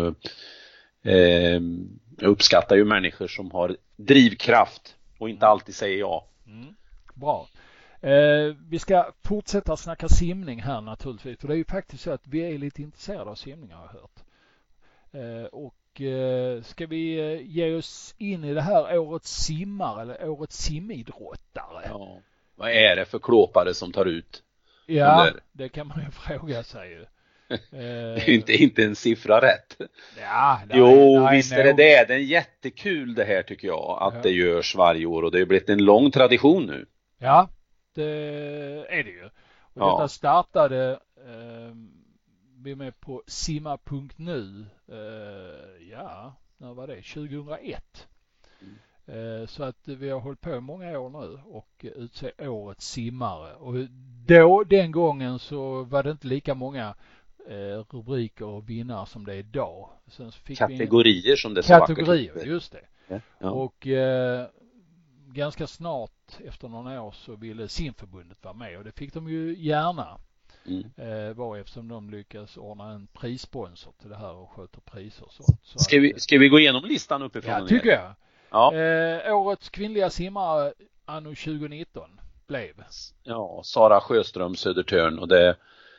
S2: eh, jag uppskattar ju människor som har drivkraft och inte alltid säger ja.
S1: Mm. Bra. Eh, vi ska fortsätta snacka simning här naturligtvis. För det är ju faktiskt så att vi är lite intresserade av simning, har jag hört. Eh, och eh, ska vi eh, ge oss in i det här årets simmare eller årets simidrottare?
S2: Ja. Vad är det för klåpare som tar ut?
S1: Ja, det kan man ju fråga sig ju.
S2: Det är ju inte, inte en siffra rätt.
S1: Ja, nej,
S2: jo,
S1: nej,
S2: visst
S1: nej,
S2: är det det. Det är jättekul det här, tycker jag, att ja. det görs varje år. Och det har blivit en lång tradition nu.
S1: Ja, det är det ju. Och
S2: ja.
S1: detta startade eh, vi med på simma punkt nu. Eh, ja, när var det? tjugohundraett. Mm. Eh, så att vi har hållit på många år nu och utse årets simmare. Och då, den gången, så var det inte lika många eh, rubriker och vinnare som det är idag. Sen så fick
S2: kategorier
S1: vi en,
S2: som det så
S1: kategorier, vackert. Just det.
S2: Ja. Ja.
S1: Och eh, ganska snart efter några år så ville simförbundet vara med, och det fick de ju gärna. Mm. Eh, var eftersom de lyckas ordna en prissponsor till det här och sköter priser. Så, så
S2: ska, vi, ska vi gå igenom listan uppifrån?
S1: Ja, tycker jag.
S2: Ja.
S1: Eh, årets kvinnliga simmare anno tjugonitton blev.
S2: Ja, Sara Sjöström, Södertörn, och det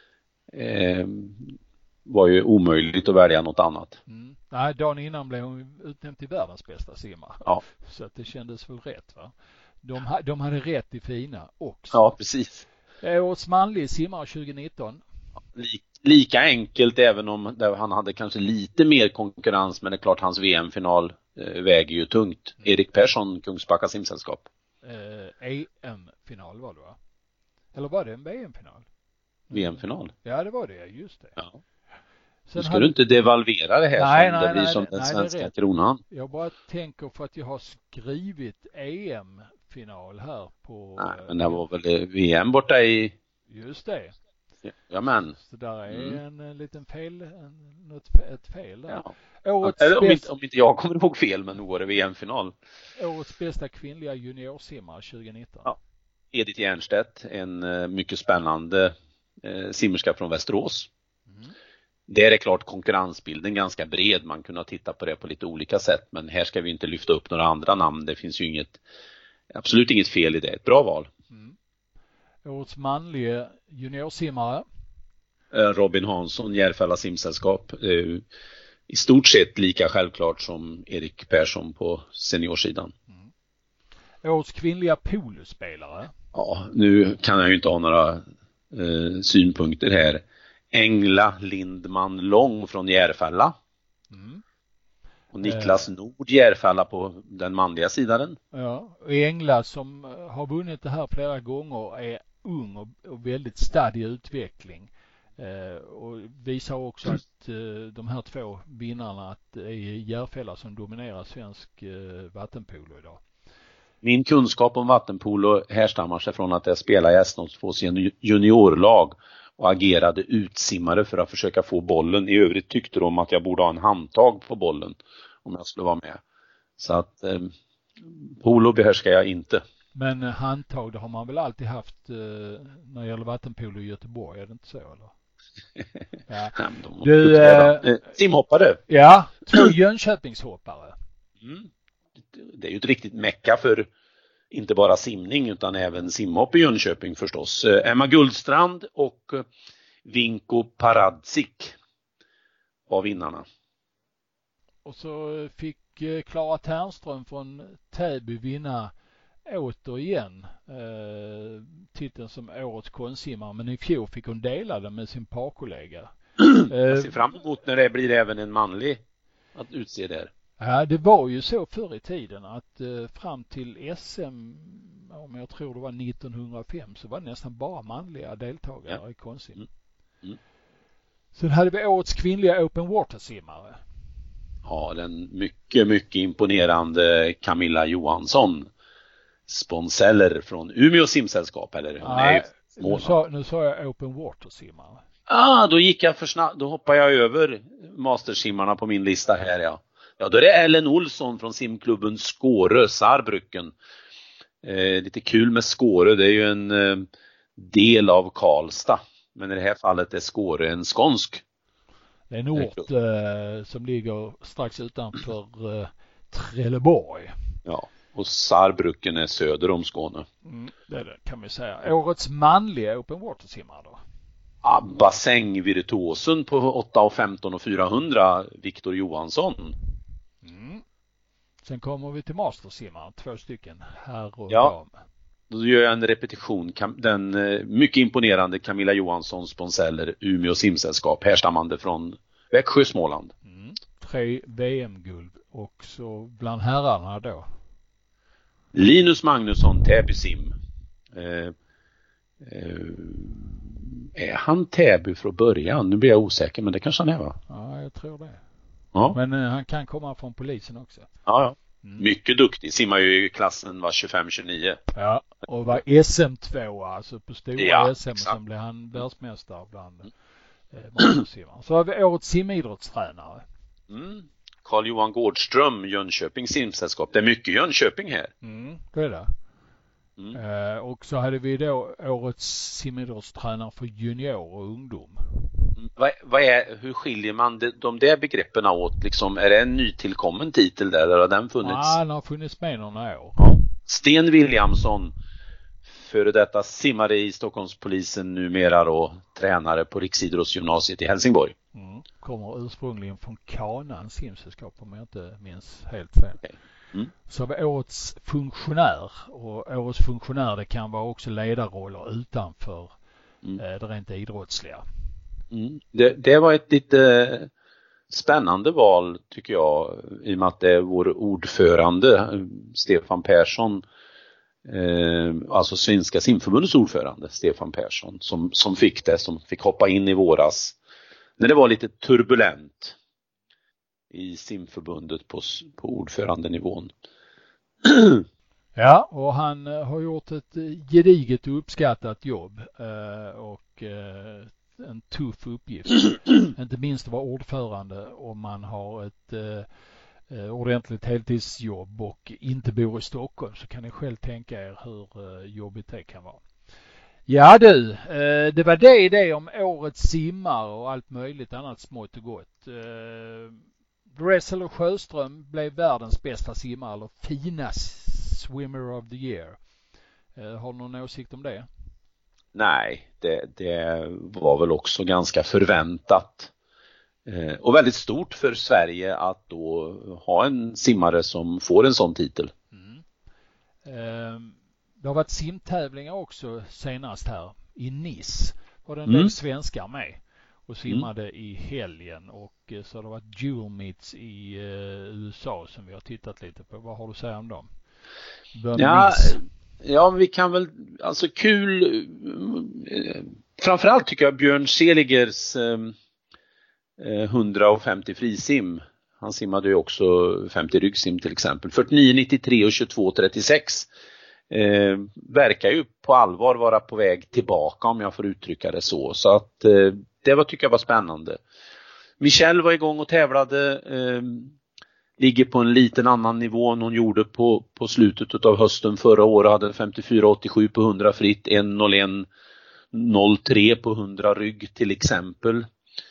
S2: eh, var ju omöjligt att välja något annat.
S1: Mm. Nej, dagen innan blev hon utnämnd till världens bästa simmare.
S2: Ja.
S1: Så att det kändes väl rätt, va? De, de hade rätt i fina också.
S2: Ja, precis.
S1: Årets manlig simmare tjugonitton.
S2: Lika enkelt, även om han hade kanske lite mer konkurrens, men det är klart hans V M-final eh, väger ju tungt. Mm. Erik Persson, Kungsbacka simsällskap.
S1: Eh, E M-final var det, va? Eller var det en V M-final? Mm.
S2: V M-final?
S1: Ja, det var det, just det.
S2: Ja.
S1: Sen
S2: nu ska
S1: hade...
S2: du inte devalvera det här,
S1: nej,
S2: som
S1: nej,
S2: det blir
S1: nej,
S2: som
S1: nej,
S2: den
S1: nej,
S2: svenska kronan.
S1: Jag bara tänker för att jag har skrivit E M-final här på...
S2: Nej, men det var väl V M borta i...
S1: Just det.
S2: Ja, men.
S1: Så där är mm. en, en liten fel, en, något, ett fel där.
S2: Ja.
S1: Årets
S2: Eller, om,
S1: bästa...
S2: inte, om inte jag kommer ihåg fel, men nu var det V M-final.
S1: Årets bästa kvinnliga juniorsimmare tjugonitton.
S2: Ja. Edith Järnstedt, en uh, mycket spännande eh, simmerska från Västerås.
S1: Mm.
S2: Där är klart konkurrensbilden ganska bred. Man kunde titta på det på lite olika sätt. Men här ska vi inte lyfta upp några andra namn. Det finns ju inget, absolut inget fel i det. Ett bra val.
S1: Mm. Årets manliga juniorsimmare.
S2: Robin Hansson, Järfälla simsällskap. I stort sett lika självklart som Erik Persson på seniorsidan.
S1: Mm. Årets kvinnliga polospelare.
S2: Ja, nu kan jag ju inte ha några eh, synpunkter här. Engla Lindman Lång från Järfälla.
S1: Mm.
S2: Och Niklas eh. Nord Järfälla på den manliga sidan.
S1: Ja, och Engla som har vunnit det här flera gånger är ung och, och väldigt stadig i utveckling. Eh, och visar också mm. att eh, de här två vinnarna att det är Järfälla som dominerar svensk eh, vattenpolo idag.
S2: Min kunskap om vattenpolo härstammar sig från att jag spelade i Eskilstuna juniorlag och agerade utsimmare för att försöka få bollen. I övrigt tyckte de att jag borde ha en handtag på bollen om jag skulle vara med. Så att eh, polo behärskar jag inte.
S1: Men handtag, det har man väl alltid haft eh, när det gäller vattenpolo i Göteborg, är det inte så eller? Ja.
S2: Du, eh, simhoppare.
S1: Ja, två Jönköpingshoppare.
S2: Mm. Det är ju ett riktigt mecka för inte bara simning utan även simhopp i Jönköping förstås. Emma Guldstrand och Vinko Paradzik var vinnarna.
S1: Och så fick Klara Ternström från Täby vinna återigen eh, titeln som årets konstsimmare, men i fjol fick hon dela den med sin parkollega.
S2: Jag ser fram emot när det blir även en manlig att utse där.
S1: Ja, det var ju så förr i tiden att eh, fram till S M, om jag tror det var nittonhundrafem, så var det nästan bara manliga deltagare ja. i konstsim. Mm. Mm. Sen hade vi årets kvinnliga open water-simmare.
S2: Ja, den mycket, mycket imponerande Camilla Johansson. Sponseller från Umeå simsällskap, eller?
S1: Nej, nu sa, nu sa jag open water-simmare.
S2: Ah, då gick jag för snabbt, då hoppar jag över mastersimmarna på min lista här, ja. Ja, då är det Ellen Olsson från simklubben Skåre, Saarbrücken. Eh, lite kul med Skåre, det är ju en eh, del av Karlstad. Men i det här fallet är Skåre en skånsk.
S1: Det är en ort eh, som ligger strax utanför eh, Trelleborg.
S2: Ja, och Saarbrücken är söder om Skåne.
S1: Mm, det är det, kan vi säga. Årets manliga open water-simmare då?
S2: Ja, bassängvirtuosen på åtta femton och fyrahundra, Viktor Johansson.
S1: Mm. Sen kommer vi till mastersimmaren, två stycken, herr och
S2: ja,
S1: dam.
S2: Då gör jag en repetition. Den mycket imponerande Camilla Johansson sponseller Umeå simsällskap, härstammande från Växjö, Småland.
S1: Mm. Tre V M-guld också bland herrarna då.
S2: Linus Magnusson, Täby sim. Eh, eh, är han Täby från början? Nu blir jag osäker, men det kanske han är, va?
S1: Ja, jag tror det.
S2: Ja.
S1: Men eh, han kan komma från polisen också.
S2: Ja, ja. Mm. Mycket duktig. Simmar ju i klassen var tjugofem tjugonio.
S1: Ja, och var S M två, alltså på stora
S2: ja,
S1: S M som blev han världsmästare bland eh, mastersimmare. Så har vi årets simidrottstränare.
S2: Mm. Carl-Johan Gårdström, Jönköping simsällskap. Det är mycket Jönköping här.
S1: Mm, det är det. Mm. Eh, och så hade vi då årets simidrottstränare för junior och ungdom.
S2: Vad, vad är, hur skiljer man de, de där begreppen åt? Liksom, är det en nytillkommen titel där, eller har den funnits?
S1: Ja, den har funnits med några år.
S2: Ja. Sten Williamson, före detta simmare i Stockholmspolisen, numera då tränare på Riksidrottsgymnasiet i Helsingborg.
S1: Mm. Kommer ursprungligen från Kanan simsällskap, om jag inte minns helt fel. Okay. Mm. Så har vi årets funktionär, och årets funktionär, det kan vara också ledarroller utanför mm. eh, det rent idrottsliga.
S2: Mm. Det, det var ett lite spännande val tycker jag, i och med att det är vår ordförande Stefan Persson, eh, alltså Svenska simförbundets ordförande Stefan Persson, som, som fick det, som fick hoppa in i våras när det var lite turbulent i simförbundet på, på ordförandenivån.
S1: Ja, och han har gjort ett gediget och uppskattat jobb eh, och eh, en tuff uppgift. Inte minst att vara ordförande om man har ett eh, ordentligt heltidsjobb och inte bor i Stockholm, så kan ni själv tänka er hur eh, jobbigt det kan vara. Ja du, eh, det var det det om årets simmare och allt möjligt annat smått och gott. Eh, Dressel och Sjöström blev världens bästa simmare eller finast swimmer of the year. Eh, har du någon åsikt om det?
S2: Nej, det, det var väl också ganska förväntat. Eh, och väldigt stort för Sverige att då ha en simmare som får en sån titel.
S1: Mm. Eh, det har varit simtävlingar också senast här i Nice. Var det en del mm. svenskar med och simmade mm. i helgen, och så har det varit dual meets i uh, U S A som vi har tittat lite på. Vad har du att säga om dem?
S2: Ja, ja, vi kan väl, alltså kul, framförallt tycker jag Björn Seligers eh, hundrafemtio frisim. Han simmade ju också femtio ryggsim till exempel. fyrtionio nittiotre och tjugotvå trettiosex. Eh, verkar ju på allvar vara på väg tillbaka, om jag får uttrycka det så. Så att eh, det var, tycker jag var spännande. Michelle var igång och tävlade. Eh, ligger på en liten annan nivå än hon gjorde på, på slutet av hösten förra året. Hade femtiofyra åttiosju på hundra fritt. ett noll ett noll tre på hundra rygg till exempel.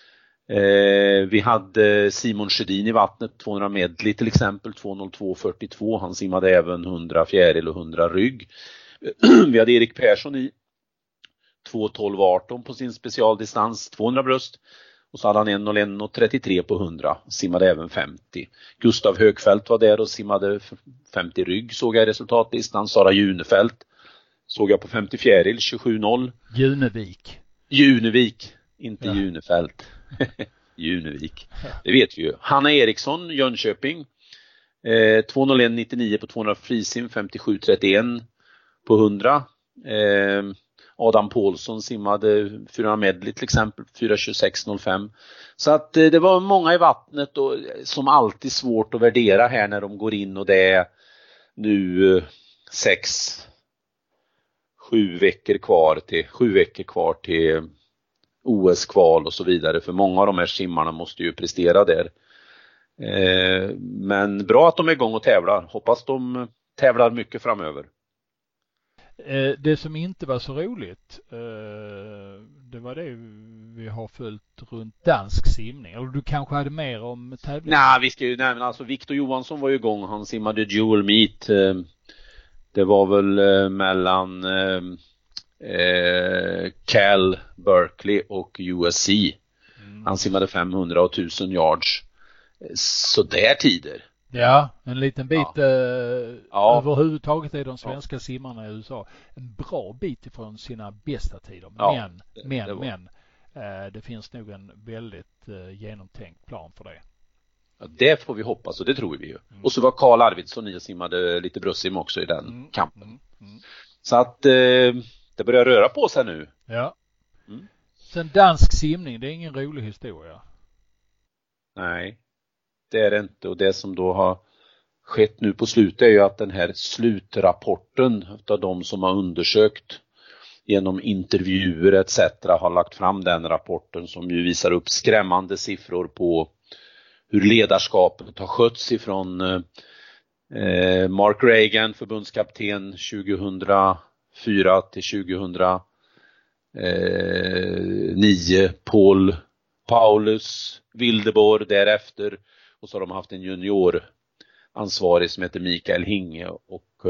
S2: Eh, vi hade Simon Sjödin i vattnet, tvåhundra medley till exempel, två noll två fyrtiotvå. Han simmade även hundra fjäril och hundra rygg. Vi hade Erik Persson i två tolv arton på sin specialdistans, tvåhundra bröst. Och så hade han ett noll ett trettiotre på hundra, simmade även femtio. Gustav Högfeldt var där och simmade femtio rygg, såg jag i resultatlistan. Sara Junefelt såg jag på femtio fjäril, tjugosju noll.
S1: Junevik.
S2: Junevik, inte
S1: ja.
S2: Junefelt. Junevik, det vet vi ju. Hanna Eriksson, Jönköping, eh, två noll ett nittionio på tvåhundra frisim, femtiosju trettioett på hundra. eh, Adam Paulsson simmade fyra medley till exempel, fyra tjugosex noll fem. Så att eh, det var många i vattnet, och som alltid svårt att värdera här när de går in, och det är nu eh, sex sju veckor kvar till sju veckor kvar till O S-kval och så vidare, för många av de här simmarna måste ju prestera där. Eh, men bra att de är igång och tävlar. Hoppas de tävlar mycket framöver.
S1: Eh, det som inte var så roligt, eh, det var det vi har följt runt dansk simning. Eller du kanske hade mer om tävlingen?
S2: Nej, vi ska ju nämna, alltså Victor Johansson var ju igång. Han simmade dual meet. Eh, det var väl eh, mellan eh, Eh, Cal, Berkeley och U S C. Mm. Han simmade femhundra och tusen yards. Så där tider.
S1: Ja, en liten bit ja. Eh,
S2: ja.
S1: Överhuvudtaget är de svenska ja. simmarna i U S A en bra bit ifrån sina bästa tider. Ja, men, det, men, det men eh, det finns nog en väldigt eh, genomtänkt plan för det.
S2: Ja, det får vi hoppas, och det tror vi ju. Mm. Och så var Karl Arvidsson i och simmade lite bröstsim också i den mm. kampen. Mm. Mm. Så att eh, det börjar röra på sig nu.
S1: Ja. Mm. Sen dansk simning, det är ingen rolig historia.
S2: Nej, det är det inte. Och det som då har skett nu på slutet är ju att den här slutrapporten av de som har undersökt genom intervjuer et cetera har lagt fram den rapporten, som ju visar upp skrämmande siffror på hur ledarskapet har skötts ifrån eh, Mark Reagan, förbundskapten tjugohundrafyra till tjugohundranio, Paul Paulus Wildeborg därefter, och så har de haft en junior ansvarig som heter Mikael Hinge, och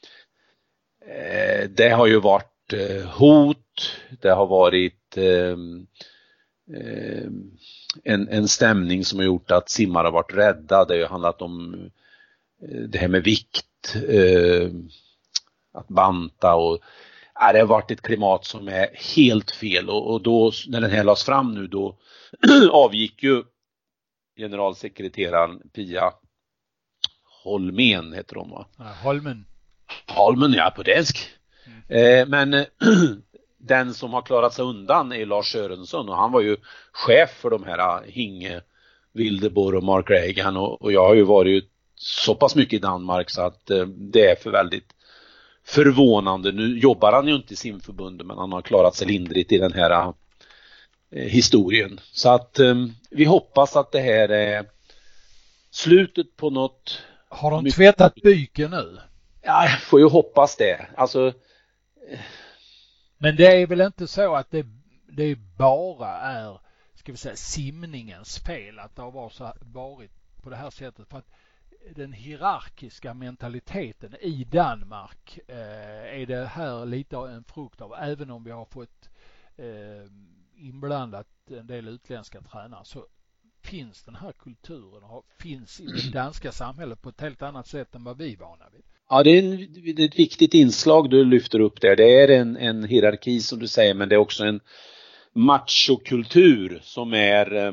S2: eh, det har ju varit eh, hot, det har varit eh, eh, en, en stämning som har gjort att simmare har varit rädda. Det har handlat om eh, det här med vikt, eh, att banta, och ja, det har varit ett klimat som är helt fel, och, och då när den här lades fram nu, då avgick ju generalsekreteraren Pia Holmen, heter hon va?
S1: Ja, Holmen.
S2: Holmen, ja, på dansk. Mm. Eh, men den som har klarat sig undan är Lars Sörensson, och han var ju chef för de här Hinge, Wildeborg och Mark Reagan, och, och jag har ju varit så pass mycket i Danmark så att eh, det är för väldigt förvånande. Nu jobbar han ju inte i simförbundet, men han har klarat sig lindrigt i den här eh, historien. Så att eh, vi hoppas att det här är slutet på något.
S1: Har de mycket... tvättat byken nu?
S2: Ja, jag får ju hoppas det. Alltså,
S1: Men det är väl inte så att det, det bara är, ska vi säga, simningens fel att det har varit, så, varit på det här sättet. För att den hierarkiska mentaliteten i Danmark eh, är det här lite en frukt av. Även om vi har fått eh, inblandat en del utländska tränare, så finns den här kulturen och finns i det danska samhället på ett helt annat sätt än vad vi är vana vid.
S2: Ja, det är, en, det är ett viktigt inslag du lyfter upp där. Det är en, en hierarki som du säger, men det är också en machokultur som är eh,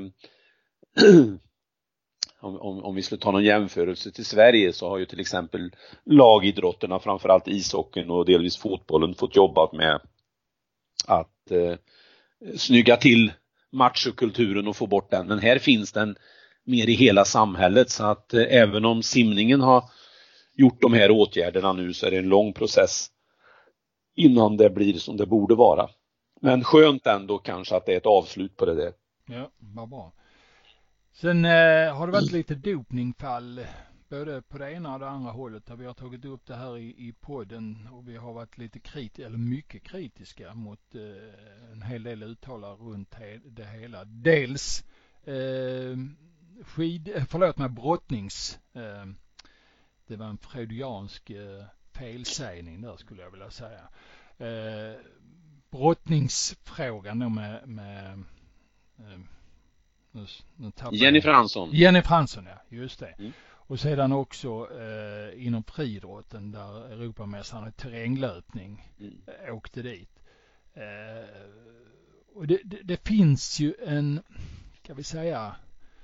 S2: om, om, om vi skulle ta någon jämförelse till Sverige, så har ju till exempel lagidrotterna, framförallt ishockeyn och delvis fotbollen, fått jobba med att eh, snygga till machokulturen och få bort den. Men här finns den mer i hela samhället, så att eh, även om simningen har gjort de här åtgärderna nu, så är det en lång process innan det blir som det borde vara. Men skönt ändå kanske att det är ett avslut på det där.
S1: Ja, vad bra. Sen eh, har det varit lite dopningfall både på det ena och det andra hållet, där vi har tagit upp det här i, i podden, och vi har varit lite kritiska, eller mycket kritiska mot eh, en hel del uttalare runt he- det hela. Dels eh, skid, förlåt mig, brottnings eh, det var en freudiansk eh, felsägning där, skulle jag vilja säga. Eh, brottningsfrågan då med, med eh, nu, nu
S2: Jenny Fransson.
S1: Jenny Fransson, ja, just det.
S2: Mm.
S1: Och sedan också eh, inom friidrotten, där Europamästaren i terränglöpning mm. eh, åkte dit. Eh, och det, det, det finns ju en, kan vi säga,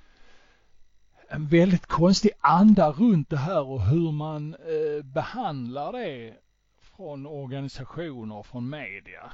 S1: en väldigt konstig anda runt det här, och hur man eh, behandlar det från organisationer och från media.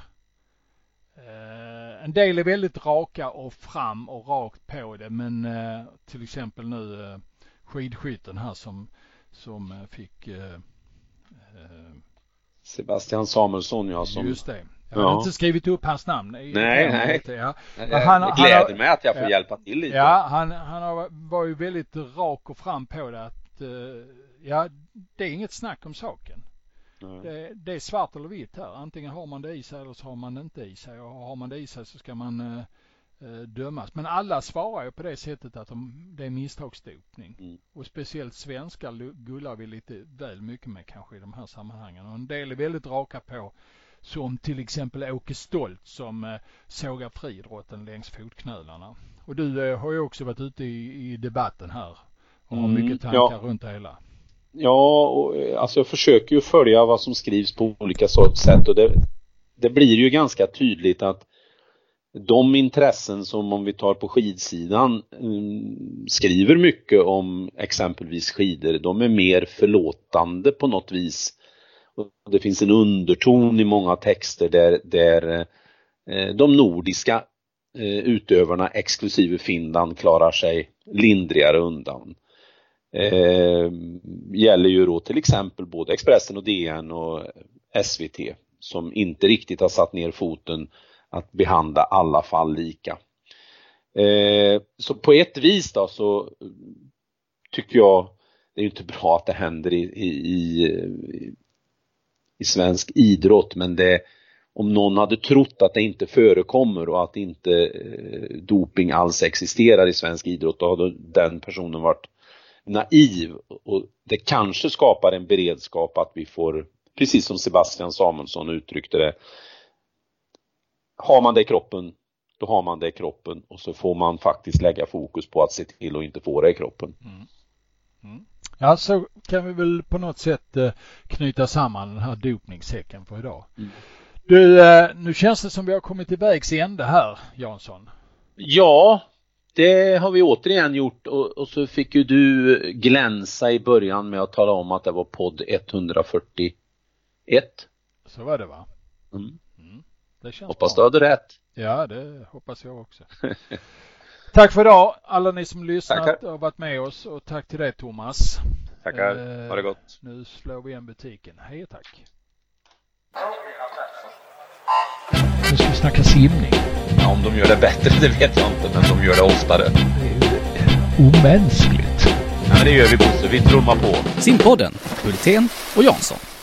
S1: Eh, en del är väldigt raka och fram och rakt på det, men eh, till exempel nu eh, skidskytten här som, som eh, fick eh, eh,
S2: Sebastian Samuelsson, ja, som...
S1: Just det. Jag har
S2: ja.
S1: inte skrivit upp hans namn.
S2: Nej, nej.
S1: Lite, ja.
S2: Jag han, gläder han, mig att jag får ja, hjälpa till lite.
S1: Ja, han, han var ju väldigt rak och fram på det att ja, det är inget snack om saken. Det, det är svart eller vitt här. Antingen har man det i sig eller så har man det inte i sig. Och har man det i sig så ska man eh, dömas. Men alla svarar ju på det sättet att de, det är misstagsdopning. Mm. Och speciellt svenskar gullar vi lite väl mycket med kanske i de här sammanhangen. Och en del är väldigt raka på, som till exempel Åke Stolt som eh, sågar friidrotten längs fotknölarna. Och du eh, har ju också varit ute i, i debatten här och har mm, mycket tankar ja. runt det hela.
S2: Ja, och, alltså jag försöker ju följa vad som skrivs på olika sätt, och det, det blir ju ganska tydligt att de intressen som, om vi tar på skidsidan, mm, skriver mycket om exempelvis skidor, de är mer förlåtande på något vis. Och det finns en underton i många texter där, där eh, de nordiska eh, utövarna exklusive Finland klarar sig lindrigare undan. Eh, gäller ju då till exempel både Expressen och D N och S V T, som inte riktigt har satt ner foten att behandla alla fall lika. Eh, så på ett vis då så tycker jag det är ju inte bra att det händer i, i, i, i svensk idrott, men det, om någon hade trott att det inte förekommer och att inte eh, doping alls existerar i svensk idrott, då hade den personen varit naiv, och det kanske skapar en beredskap att vi får, precis som Sebastian Samuelsson uttryckte det, har man det i kroppen, då har man det i kroppen, och så får man faktiskt lägga fokus på att se till att inte få det i kroppen.
S1: Mm. Mm. Ja, så kan vi väl på något sätt eh, knyta samman den här dopningssäcken för idag. Mm. Du, eh, nu känns det som vi har kommit till vägs ände här, Jansson.
S2: Ja, det har vi återigen gjort, och, och så fick ju du glänsa i början med att tala om att det var podd etthundrafyrtioett.
S1: Så var det, va?
S2: Mm.
S1: Mm. Det känns
S2: hoppas
S1: bra.
S2: Du hade rätt.
S1: Ja, det hoppas jag också. Tack för idag, alla ni som lyssnat. Tackar. Och varit med oss, och tack till dig, Thomas.
S2: Tackar, eh, ha det gott.
S1: Nu slår vi igen butiken. Hej och tack. Nu ska vi snacka simning.
S2: Ja, om de gör det bättre, det vet jag inte, men de gör det oftare.
S1: Det är ju omänskligt.
S2: Ja, men det gör vi, Bosse. Vi trummar på.
S3: Simpodden, Hultén och Jansson.